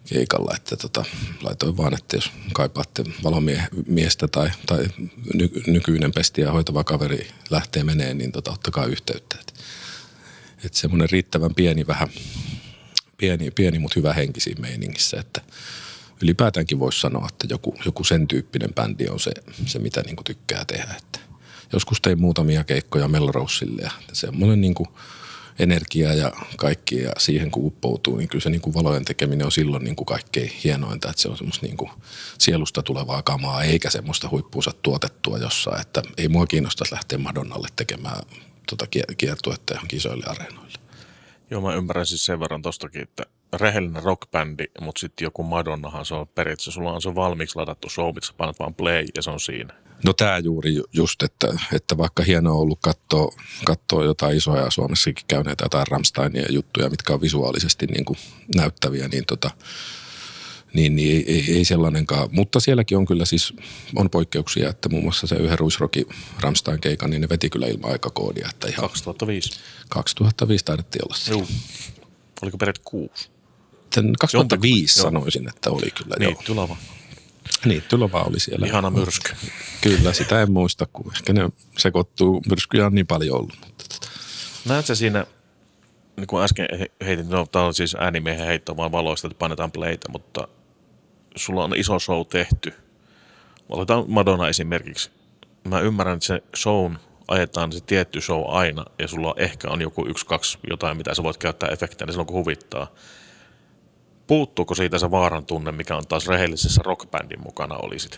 keikalla, että laitoin vaan, että jos kaipaatte valomiestä tai nykyinen pestiä hoitava kaveri lähtee menee, niin ottakaa yhteyttä. Että semmoinen riittävän pieni, mutta hyvä henkisiin meiningissä, että ylipäätäänkin voisi sanoa, että joku sen tyyppinen bändi on se mitä niin kuin tykkää tehdä. Että joskus tein muutamia keikkoja Melroselle ja semmoinen niin kuin energia ja kaikki ja siihen kun uppoutuu, niin kyllä se niin kuin valojen tekeminen on silloin niin kuin kaikkein hienointa, että se on semmoista niin kuin sielusta tulevaa kamaa, eikä semmoista huippuunsa tuotettua jossain, että ei mua kiinnostaisi lähteä Madonnalle tekemään kiertuetta johonkin isoille areenoille. Joo, mä ymmärrän siis sen verran tostakin, että rehellinen rockbändi, mutta sitten joku Madonnahan se on periaatteessa, sulla on se valmiiksi ladattu show, mitä sä painat vaan play ja se on siinä. No tää juuri just, että vaikka hienoa on ollut katsoa jotain isoja Suomessakin käyneitä jotain Rammsteinia juttuja, mitkä on visuaalisesti niin kuin näyttäviä, niin ei sellainenkaan. Mutta sielläkin on kyllä siis, on poikkeuksia, että muun muassa se yhden Ruisrockin Rammstein keikan, niin ne veti kyllä ilman aikakoodia. Että ihan 2005. 2005 taidettiin olla se. Joo. Oliko peräti 6? 2005 sanoisin, että oli kyllä. Niittylava. Niittylava oli siellä. Ihana myrsky. Kyllä, sitä en muista, kun ehkä ne sekoittuu. Myrskyjä on niin paljon ollut. Näet sä siinä, niin kuin äsken heitin, no tämä on siis äänimiehen heitto vaan valoista, että painetaan playtä, mutta sulla on iso show tehty. Otetaan Madonna esimerkiksi. Mä ymmärrän, että se shown ajetaan se tietty show aina ja sulla ehkä on joku 1-2 jotain, mitä sä voit käyttää efektinä silloin, kun huvittaa. Puuttuuko siitä se vaaran tunne, mikä on taas rehellisessä rockbändin mukana olisit?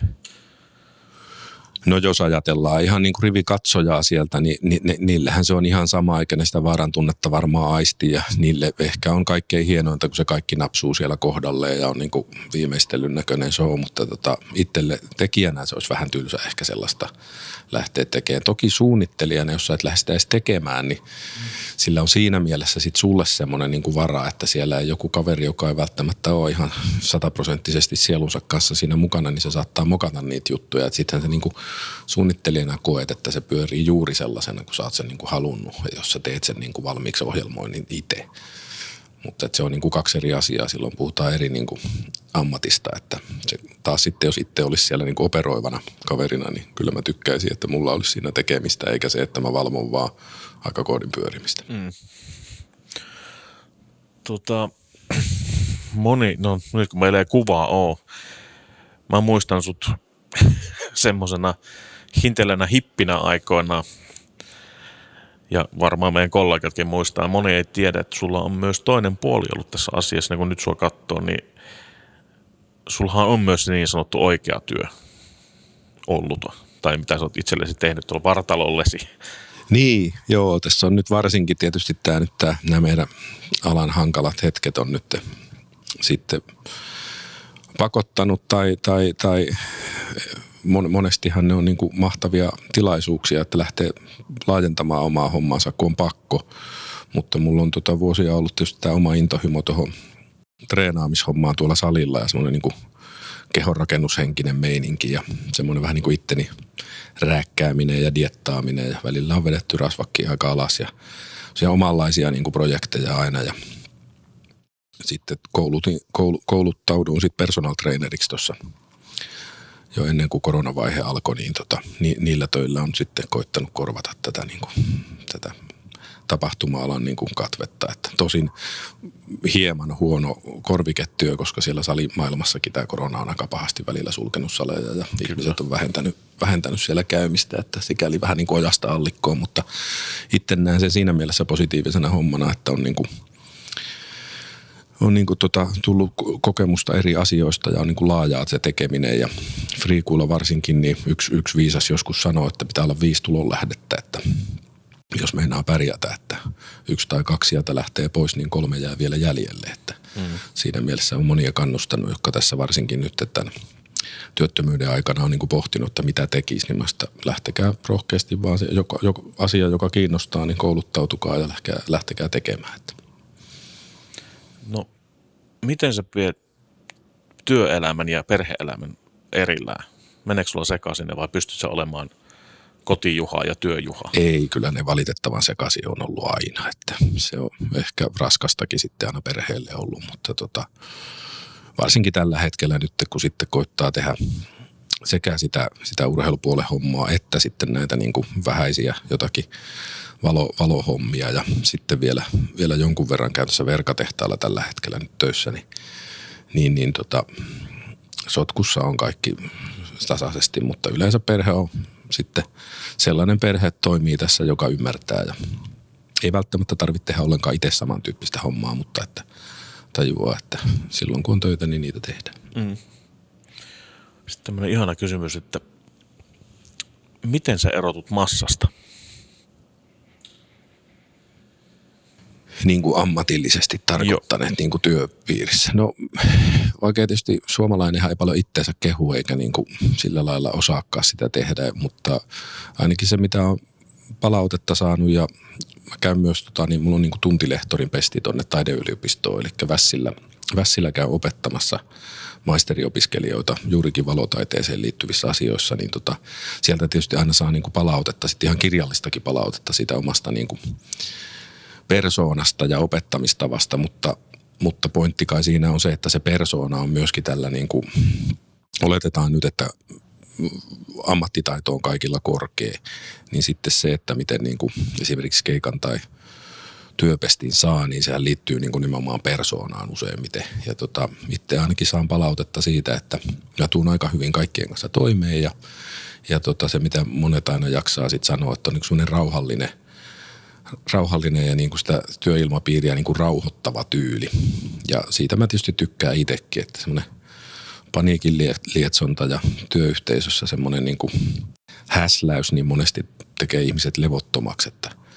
No jos ajatellaan ihan niin kuin rivikatsojaa sieltä, niin niillähän se on ihan sama, eikä ne sitä vaaran tunnetta varmaan aisti. Ja niille ehkä on kaikkein hienointa, kun se kaikki napsuu siellä kohdalleen ja on niin kuin viimeistelyn näköinen show. Mutta itselle tekijänä se olisi vähän tylsä ehkä sellaista lähteä tekemään. Toki suunnittelijana, jos sä et lähde sitä edes tekemään, niin sillä on siinä mielessä sit sulle semmoinen niin kuin vara, että siellä ei joku kaveri, joka ei välttämättä ole ihan 100% sielunsa kanssa siinä mukana, niin se saattaa mokata niitä juttuja. Sittenhän se niin kuin suunnittelijana koet, että se pyörii juuri sellaisena, kun sä oot sen niin kuin halunnut, jos sä teet sen niin kuin valmiiksi ohjelmoinnin itse. Mutta se on niin kuin 2 eri asiaa, silloin puhutaan eri niin kuin ammatista, että se taas sitten, jos itse olisi siellä niin kuin operoivana kaverina, niin kyllä mä tykkäisin, että mulla olisi siinä tekemistä, eikä se, että mä valvon vaan aikakoodin pyörimistä. No nyt kun meillä ei kuvaa ole, mä muistan sut semmosena hintelänä hippinä aikoina, ja varmaan meidän kollegatkin muistaa, moni ei tiedä, että sulla on myös toinen puoli ollut tässä asiassa, niin kun nyt sua katsoo, niin sullahan on myös niin sanottu oikea työ ollut, tai mitä sä oot itsellesi tehnyt tuolla vartalollesi. Niin, joo, tässä on nyt varsinkin tietysti nämä meidän alan hankalat hetket on nyt sitten pakottanut tai monestihan ne on niin kuin mahtavia tilaisuuksia, että lähtee laajentamaan omaa hommansa, kun on pakko. Mutta mulla on vuosia ollut tietysti tämä oma intohimo tuohon treenaamishommaan tuolla salilla ja semmoinen niin kuin kehonrakennushenkinen meininki ja semmoinen vähän niin kuin itteni rääkkääminen ja diettaaminen ja välillä on vedetty rasvakkiin aika alas ja siellä omanlaisia niin kuin projekteja aina ja sitten kouluttauduin sitten personal traineriksi tuossa jo ennen kuin koronavaihe alkoi, niin niillä töillä on sitten koittanut korvata tätä tapahtuma-alan niin kuin katvetta. Että tosin hieman huono korviketyö, koska siellä salimaailmassakin tämä korona on aika pahasti välillä sulkenut saleja ja ihmiset on vähentänyt siellä käymistä, että sikäli vähän niin kuin ojasta allikkoon, mutta itse näen sen siinä mielessä positiivisena hommana, että on tullut kokemusta eri asioista ja on niin kuin laajaa se tekeminen ja Freekuilla varsinkin, niin yksi viisas joskus sanoo, että pitää olla 5 tulonlähdettä, että jos meinaa pärjätä, että 1 tai 2 sieltä lähtee pois, niin 3 jää vielä jäljelle, että siinä mielessä on monia kannustanut, jotka tässä varsinkin nyt tämän työttömyyden aikana on niin kuin pohtinut, että mitä tekisi, niin lähtekää rohkeasti vaan se asia, joka kiinnostaa, niin kouluttautukaa ja lähtekää tekemään. No, miten sä pidät työelämän ja perhe-elämän erillään? Meneekö sulla sekaisin vai pystyt sä olemaan kotijuha ja työjuha? Ei, kyllä ne valitettavan sekaisin on ollut aina, että se on ehkä raskastakin sitten aina perheelle ollut, mutta varsinkin tällä hetkellä nyt, kun sitten koittaa tehdä sekä sitä urheilupuolen hommaa, että sitten näitä niin kuin vähäisiä jotakin valohommia ja sitten vielä jonkun verran käytössä verkatehtaalla tällä hetkellä nyt töissä, niin sotkussa on kaikki tasaisesti, mutta yleensä perhe on sitten sellainen perhe, että toimii tässä, joka ymmärtää ja ei välttämättä tarvitse tehdä ollenkaan itse samantyyppistä hommaa, mutta että tajuaa, että silloin kun on töitä, niin niitä tehdään. Mm. Sitten tämmöinen ihana kysymys, että miten sä erotut massasta? Niin kuin ammatillisesti tarkoittaneet niin kuin työpiirissä. No oikein tietysti suomalainenhan ei paljon itteensä kehu eikä niin kuin sillä lailla osaakaan sitä tehdä, mutta ainakin se mitä on palautetta saanut ja mä käyn myös, niin mulla on niin kuin tuntilehtorin pesti tuonne taideyliopistoon, eli Vässillä käyn opettamassa maisteriopiskelijoita juurikin valotaiteeseen liittyvissä asioissa, niin sieltä tietysti aina saa niin kuin palautetta, sitten ihan kirjallistakin palautetta siitä omasta niin kuin persoonasta ja opettamistavasta, mutta pointti kai siinä on se, että se persoona on myöskin tällä niin kuin, oletetaan nyt, että ammattitaito on kaikilla korkea, niin sitten se, että miten niin kuin esimerkiksi keikan tai työpestin saa, niin sehän liittyy niin kuin nimenomaan persoonaan useimmiten. Ja itse ainakin saan palautetta siitä, että mä tuun aika hyvin kaikkien kanssa toimeen ja se, mitä monet aina jaksaa sitten sanoa, että on niin semmoinen rauhallinen ja niin kuin sitä työilmapiiriä niin kuin rauhoittava tyyli. Ja siitä mä tietysti tykkään itsekin, että semmoinen paniikin lietsonta ja työyhteisössä semmoinen niin kuin häsläys niin monesti tekee ihmiset levottomaksi,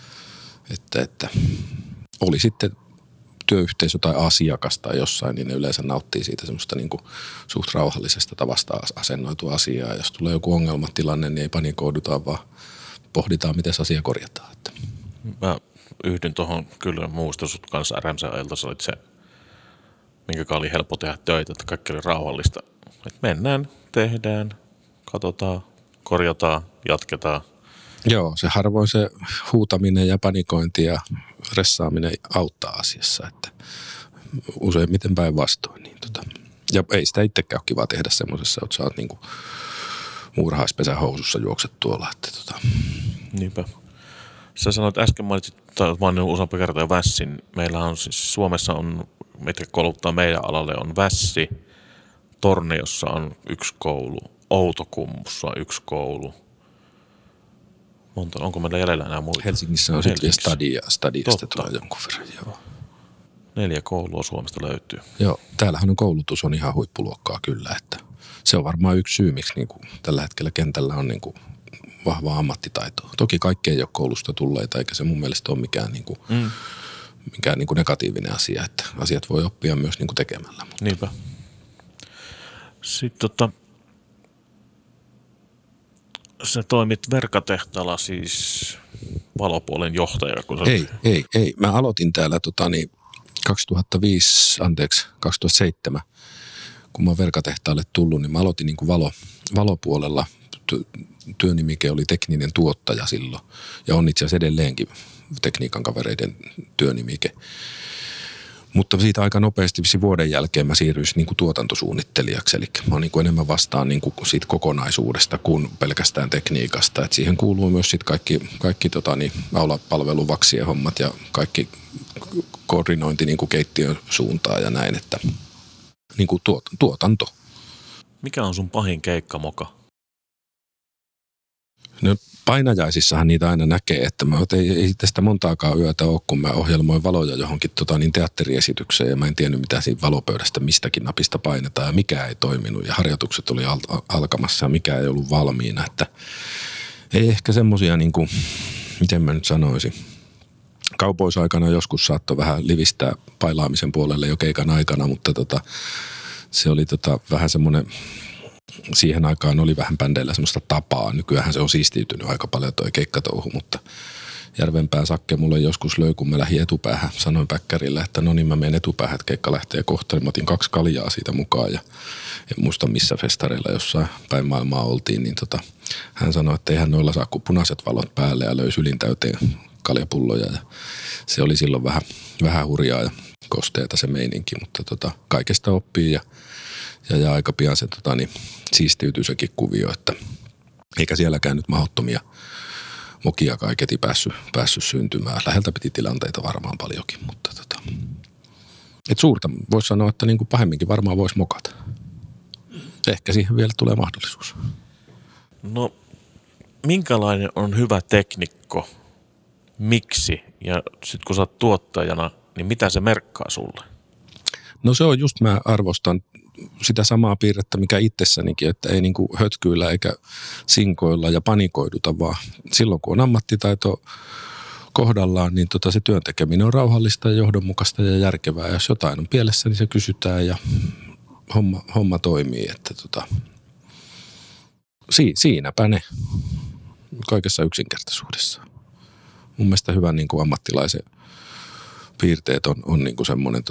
että oli sitten työyhteisö tai asiakas tai jossain, niin ne yleensä nauttii siitä semmoista niin kuin suht rauhallisesta tavasta asennoitua asiaa. Jos tulee joku ongelmatilanne, niin ei panikoiduta, vaan pohditaan, miten se asia korjataan. Mä yhdyn tuohon kyllä muista sut kanssa RMC-ajalta, se oli se, minkä oli helppo tehdä töitä, että kaikki oli rauhallista. Että mennään, tehdään, katsotaan, korjataan, jatketaan. Joo, se harvoin se huutaminen ja panikointi ja ressaaminen auttaa asiassa, että useimmiten päinvastoin. Niin ja ei sitä itsekään ole kiva tehdä semmoisessa, että sä oot niinku muurahaispesän housussa juokset tuolla. Että Niinpä. Sä sanoit äsken, mainitsit, tai mainitsin useampi kertaa jo Vässin. Meillä on siis Suomessa on, mitkä kouluttaa meidän alalle, on Vässi, Torniossa on 1 koulu, Outokummussa on 1 koulu. Onko meillä jäljellä enää muita? Helsingissä on sitten Stadiasta tulee jonkun verran, joo. 4 koulua Suomesta löytyy. Joo, täällähän koulutus on ihan huippuluokkaa kyllä, että se on varmaan yksi syy, miksi niin kuin tällä hetkellä kentällä on niin kuin vahvaa ammattitaitoa. Toki kaikki ei ole koulusta tulleita, eikä se mun mielestä ole mikään niin kuin negatiivinen asia, että asiat voi oppia myös niin kuin tekemällä. Mutta. Niinpä. Sitten sä toimit verkatehtaalla siis valopuolen johtaja. Kun Ei. Mä aloitin täällä 2007, kun mä oon verkatehtaalle tullut, niin mä aloitin niin kuin valopuolella. Työnimike oli tekninen tuottaja silloin ja on itse asiassa edelleenkin tekniikan kavereiden työnimike. Mutta siitä aika nopeasti vuoden jälkeen mä siirryin niin kuin tuotantosuunnittelijaksi, eli mä oon niin kuin enemmän vastaan niin kuin siitä kokonaisuudesta kuin pelkästään tekniikasta. Et siihen kuuluu myös sit kaikki aulapalveluvaksien hommat ja kaikki koordinointi niin kuin keittiön suuntaan ja näin, että niin kuin tuotanto. Mikä on sun pahin keikkamoka? No painajaisissahan niitä aina näkee, että ei tästä montaakaan yötä ole, kun mä ohjelmoin valoja johonkin teatteriesitykseen ja mä en tiennyt mitä siinä valopöydästä mistäkin napista painetaan ja mikä ei toiminut ja harjoitukset oli alkamassa ja mikä ei ollut valmiina, että ei ehkä semmosia niin kuin, miten mä nyt sanoisin, kaupoisaikana joskus saattoi vähän livistää pailaamisen puolelle jo keikan aikana, mutta se oli vähän semmoinen. Siihen aikaan oli vähän bändeillä semmoista tapaa. Nykyäänhän se on siistiytynyt aika paljon toi keikkatouhu, mutta Järvenpään Sakke mulle joskus löi, kun mä lähdin etupäähän. Sanoin päkkärille, että no niin mä menen etupäähän, että keikka lähtee kohta. Mä otin 2 kaljaa siitä mukaan ja en muista missä festareilla jossain päin maailmaa oltiin. Niin hän sanoi, että eihän noilla saa kuin punaiset valot päälle ja löi sylin täyteen kaljapulloja ja se oli silloin vähän hurjaa ja kosteeta se meininki, mutta kaikesta oppii ja aika pian se siistiytyy sekin kuvio, että eikä sielläkään nyt mahdottomia mokia kaiketi päässyt syntymään. Läheltä piti tilanteita varmaan paljonkin, mutta et suurta voisi sanoa, että niin kuin pahemminkin varmaan voisi mokata. Ehkä siihen vielä tulee mahdollisuus. No, minkälainen on hyvä teknikko? Miksi? Ja sitten kun sä oot tuottajana, niin mitä se merkkaa sulle? No se on just, mä arvostan sitä samaa piirrettä, mikä itsessänikin, että ei niin kuin hötkyillä eikä sinkoilla ja panikoiduta, vaan silloin kun on ammattitaito kohdallaan, niin se työn tekeminen on rauhallista ja johdonmukaista ja järkevää. Ja jos jotain on pielessä, niin se kysytään ja homma toimii. Että siinäpä ne kaikessa yksinkertaisuudessa. Mun mielestä hyvän niin kuin ammattilaisen piirteet on niin kuin semmoinen,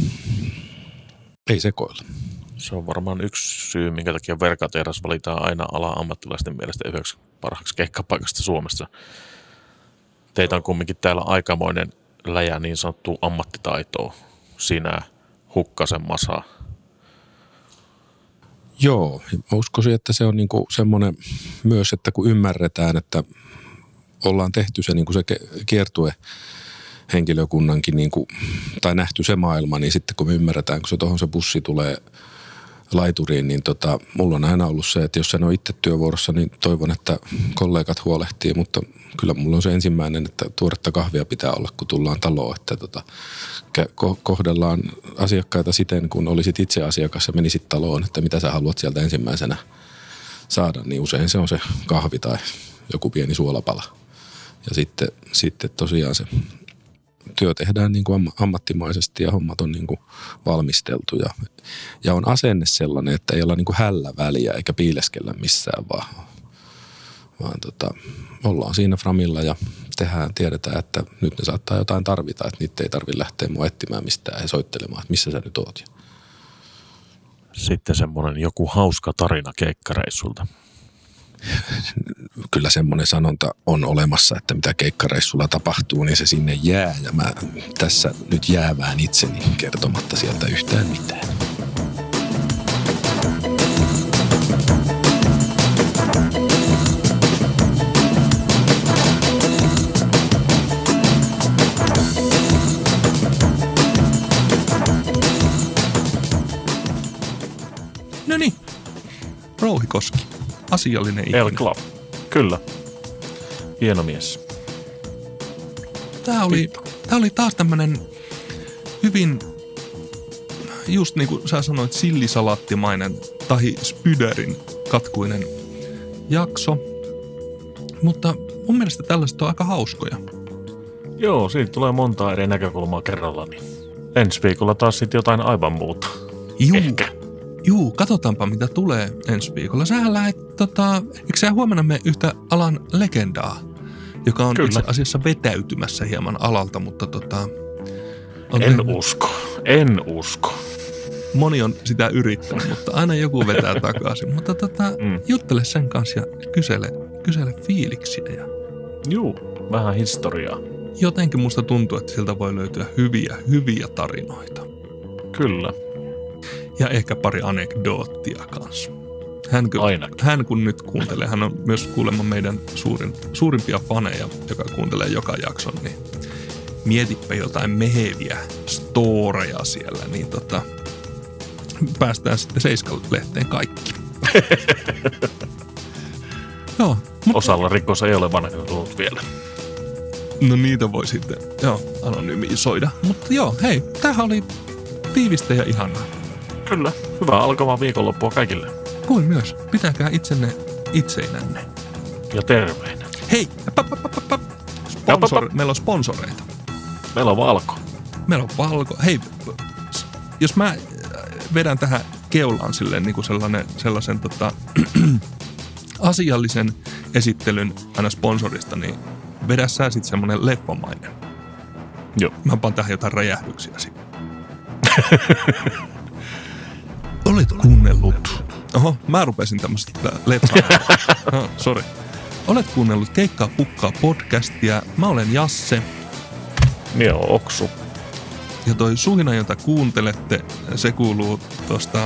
ei sekoilla. Se on varmaan yksi syy, minkä takia Verkatehdas valitaan aina ala-ammattilaisten mielestä yhdeksi parhaaksi keikkapaikasta Suomessa. Teitä on kumminkin täällä aikamoinen läjä niin sanottua ammattitaitoa. Sinä, Hukkasen Masa. Joo, mä uskoisin, että se on niinku semmoinen myös, että kun ymmärretään, että ollaan tehty se, niinku se kiertue henkilökunnankin niinku, tai nähty se maailma, niin sitten kun me ymmärretään, kun se tuohon se bussi tulee laituriin, niin mulla on aina ollut se, että jos en ole itse työvuorossa, niin toivon, että kollegat huolehtii, mutta kyllä mulla on se ensimmäinen, että tuoretta kahvia pitää olla, kun tullaan taloon, että kohdellaan asiakkaita siten, kun olisit itse asiakas ja menisit taloon, että mitä sä haluat sieltä ensimmäisenä saada, niin usein se on se kahvi tai joku pieni suolapala. Ja sitten tosiaan se työ tehdään niin kuin ammattimaisesti ja hommat on niin kuin valmisteltu ja on asenne sellainen, että ei olla niin kuin hällä väliä eikä piileskellä missään, vaan ollaan siinä framilla ja tiedetään, että nyt ne saattaa jotain tarvita, että niitä ei tarvitse lähteä mua etsimään mistään ja soittelemaan, että missä sä nyt oot. Sitten semmoinen joku hauska tarina keikkareissulta. Kyllä semmoinen sanonta on olemassa, että mitä keikkareissulla tapahtuu, niin se sinne jää. Ja mä tässä nyt jäävään itseni kertomatta sieltä yhtään mitään. No niin, Rouhikoski. Asiallinen ihminen. El Club. Kyllä. Hieno mies. Tämä oli taas tämmönen hyvin, just niin kuin sä sanoit, sillisalaattimainen tai spyderin katkuinen jakso. Mutta mun mielestä tällaiset on aika hauskoja. Joo, siitä tulee monta eri näkökulmaa kerralla. Niin ensi viikolla taas sitten jotain aivan muuta. Ehkä. Juu, katsotaanpa mitä tulee ensi viikolla. Sähän lähet, eikö sä huomenna mene yhtä alan legendaa, joka on itse asiassa vetäytymässä hieman alalta, mutta En usko. Moni on sitä yrittänyt, mutta aina joku vetää takaisin. Mutta juttele sen kanssa ja kysele fiiliksiä. Juu, vähän historiaa. Jotenkin musta tuntuu, että siltä voi löytyä hyviä tarinoita. Kyllä. Ja ehkä pari anekdoottia kanssa. Hän kun nyt kuuntelee, hän on myös kuulemma meidän suurimpia faneja, joka kuuntelee joka jakson, niin mietipä jotain meheviä storeja siellä, niin päästään sitten Seiska-lehteen kaikki. Joo, osalla rikos ei ole vanhentunut vielä. No niitä voi sitten, anonymisoida. Mutta joo, hei, tämähän oli tiivistä ja ihanaa. Kyllä, hyvää alkavaa viikonloppua kaikille. Kuin myös, pitäkää itsenne itseinänne. Ja terveinä. Hei, meillä on sponsoreita. Meillä on Valko. Hei, jos mä vedän tähän keulaan silleen niin kuin sellaisen asiallisen esittelyn aina sponsorista, niin vedä sä sit semmonen leffamainen. Joo. Mä paan tähän jotain räjähdyksiä sitten. Olet kuunnellut. Oho, mä rupesin tämmöistä leffaa. Sori. Olet kuunnellut Keikkaa Pukkaa podcastia. Mä olen Jasse. Minä olen Oksu. Ja toi suhina, jota kuuntelette, se kuuluu tuosta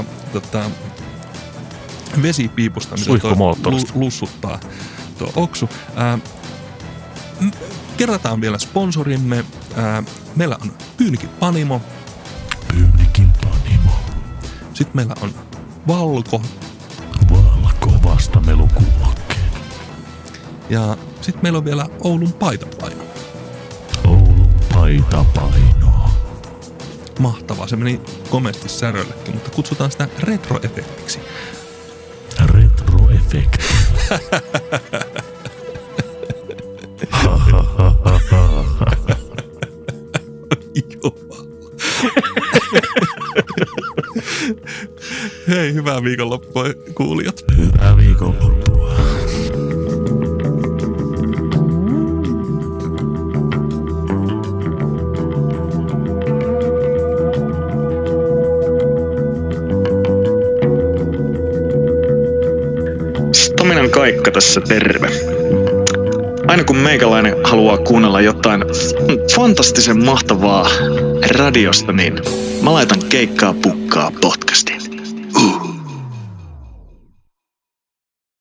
vesipiipusta, mitä toi lussuttaa tuo Oksu. Kerrataan vielä sponsorimme. Meillä on Pyynikin Panimo. Pyynikin Panimo. Sitten meillä on Valko. Valko vastamelukulokkeen. Ja sitten meillä on vielä Oulun Paitapaino. Oulun Paitapaino. Mahtavaa, se meni komeasti säröllekin, mutta kutsutaan sitä retroefektiksi. Retroefekti. Hei, hyvää viikonloppua kuulijat. Hyvää viikonloppua. Tominan Kaikka tässä, terve. Aina kun meikäläinen haluaa kuunnella jotain fantastisen mahtavaa radiosta, niin mä laitan Keikkaa Pukkaa podcastiin.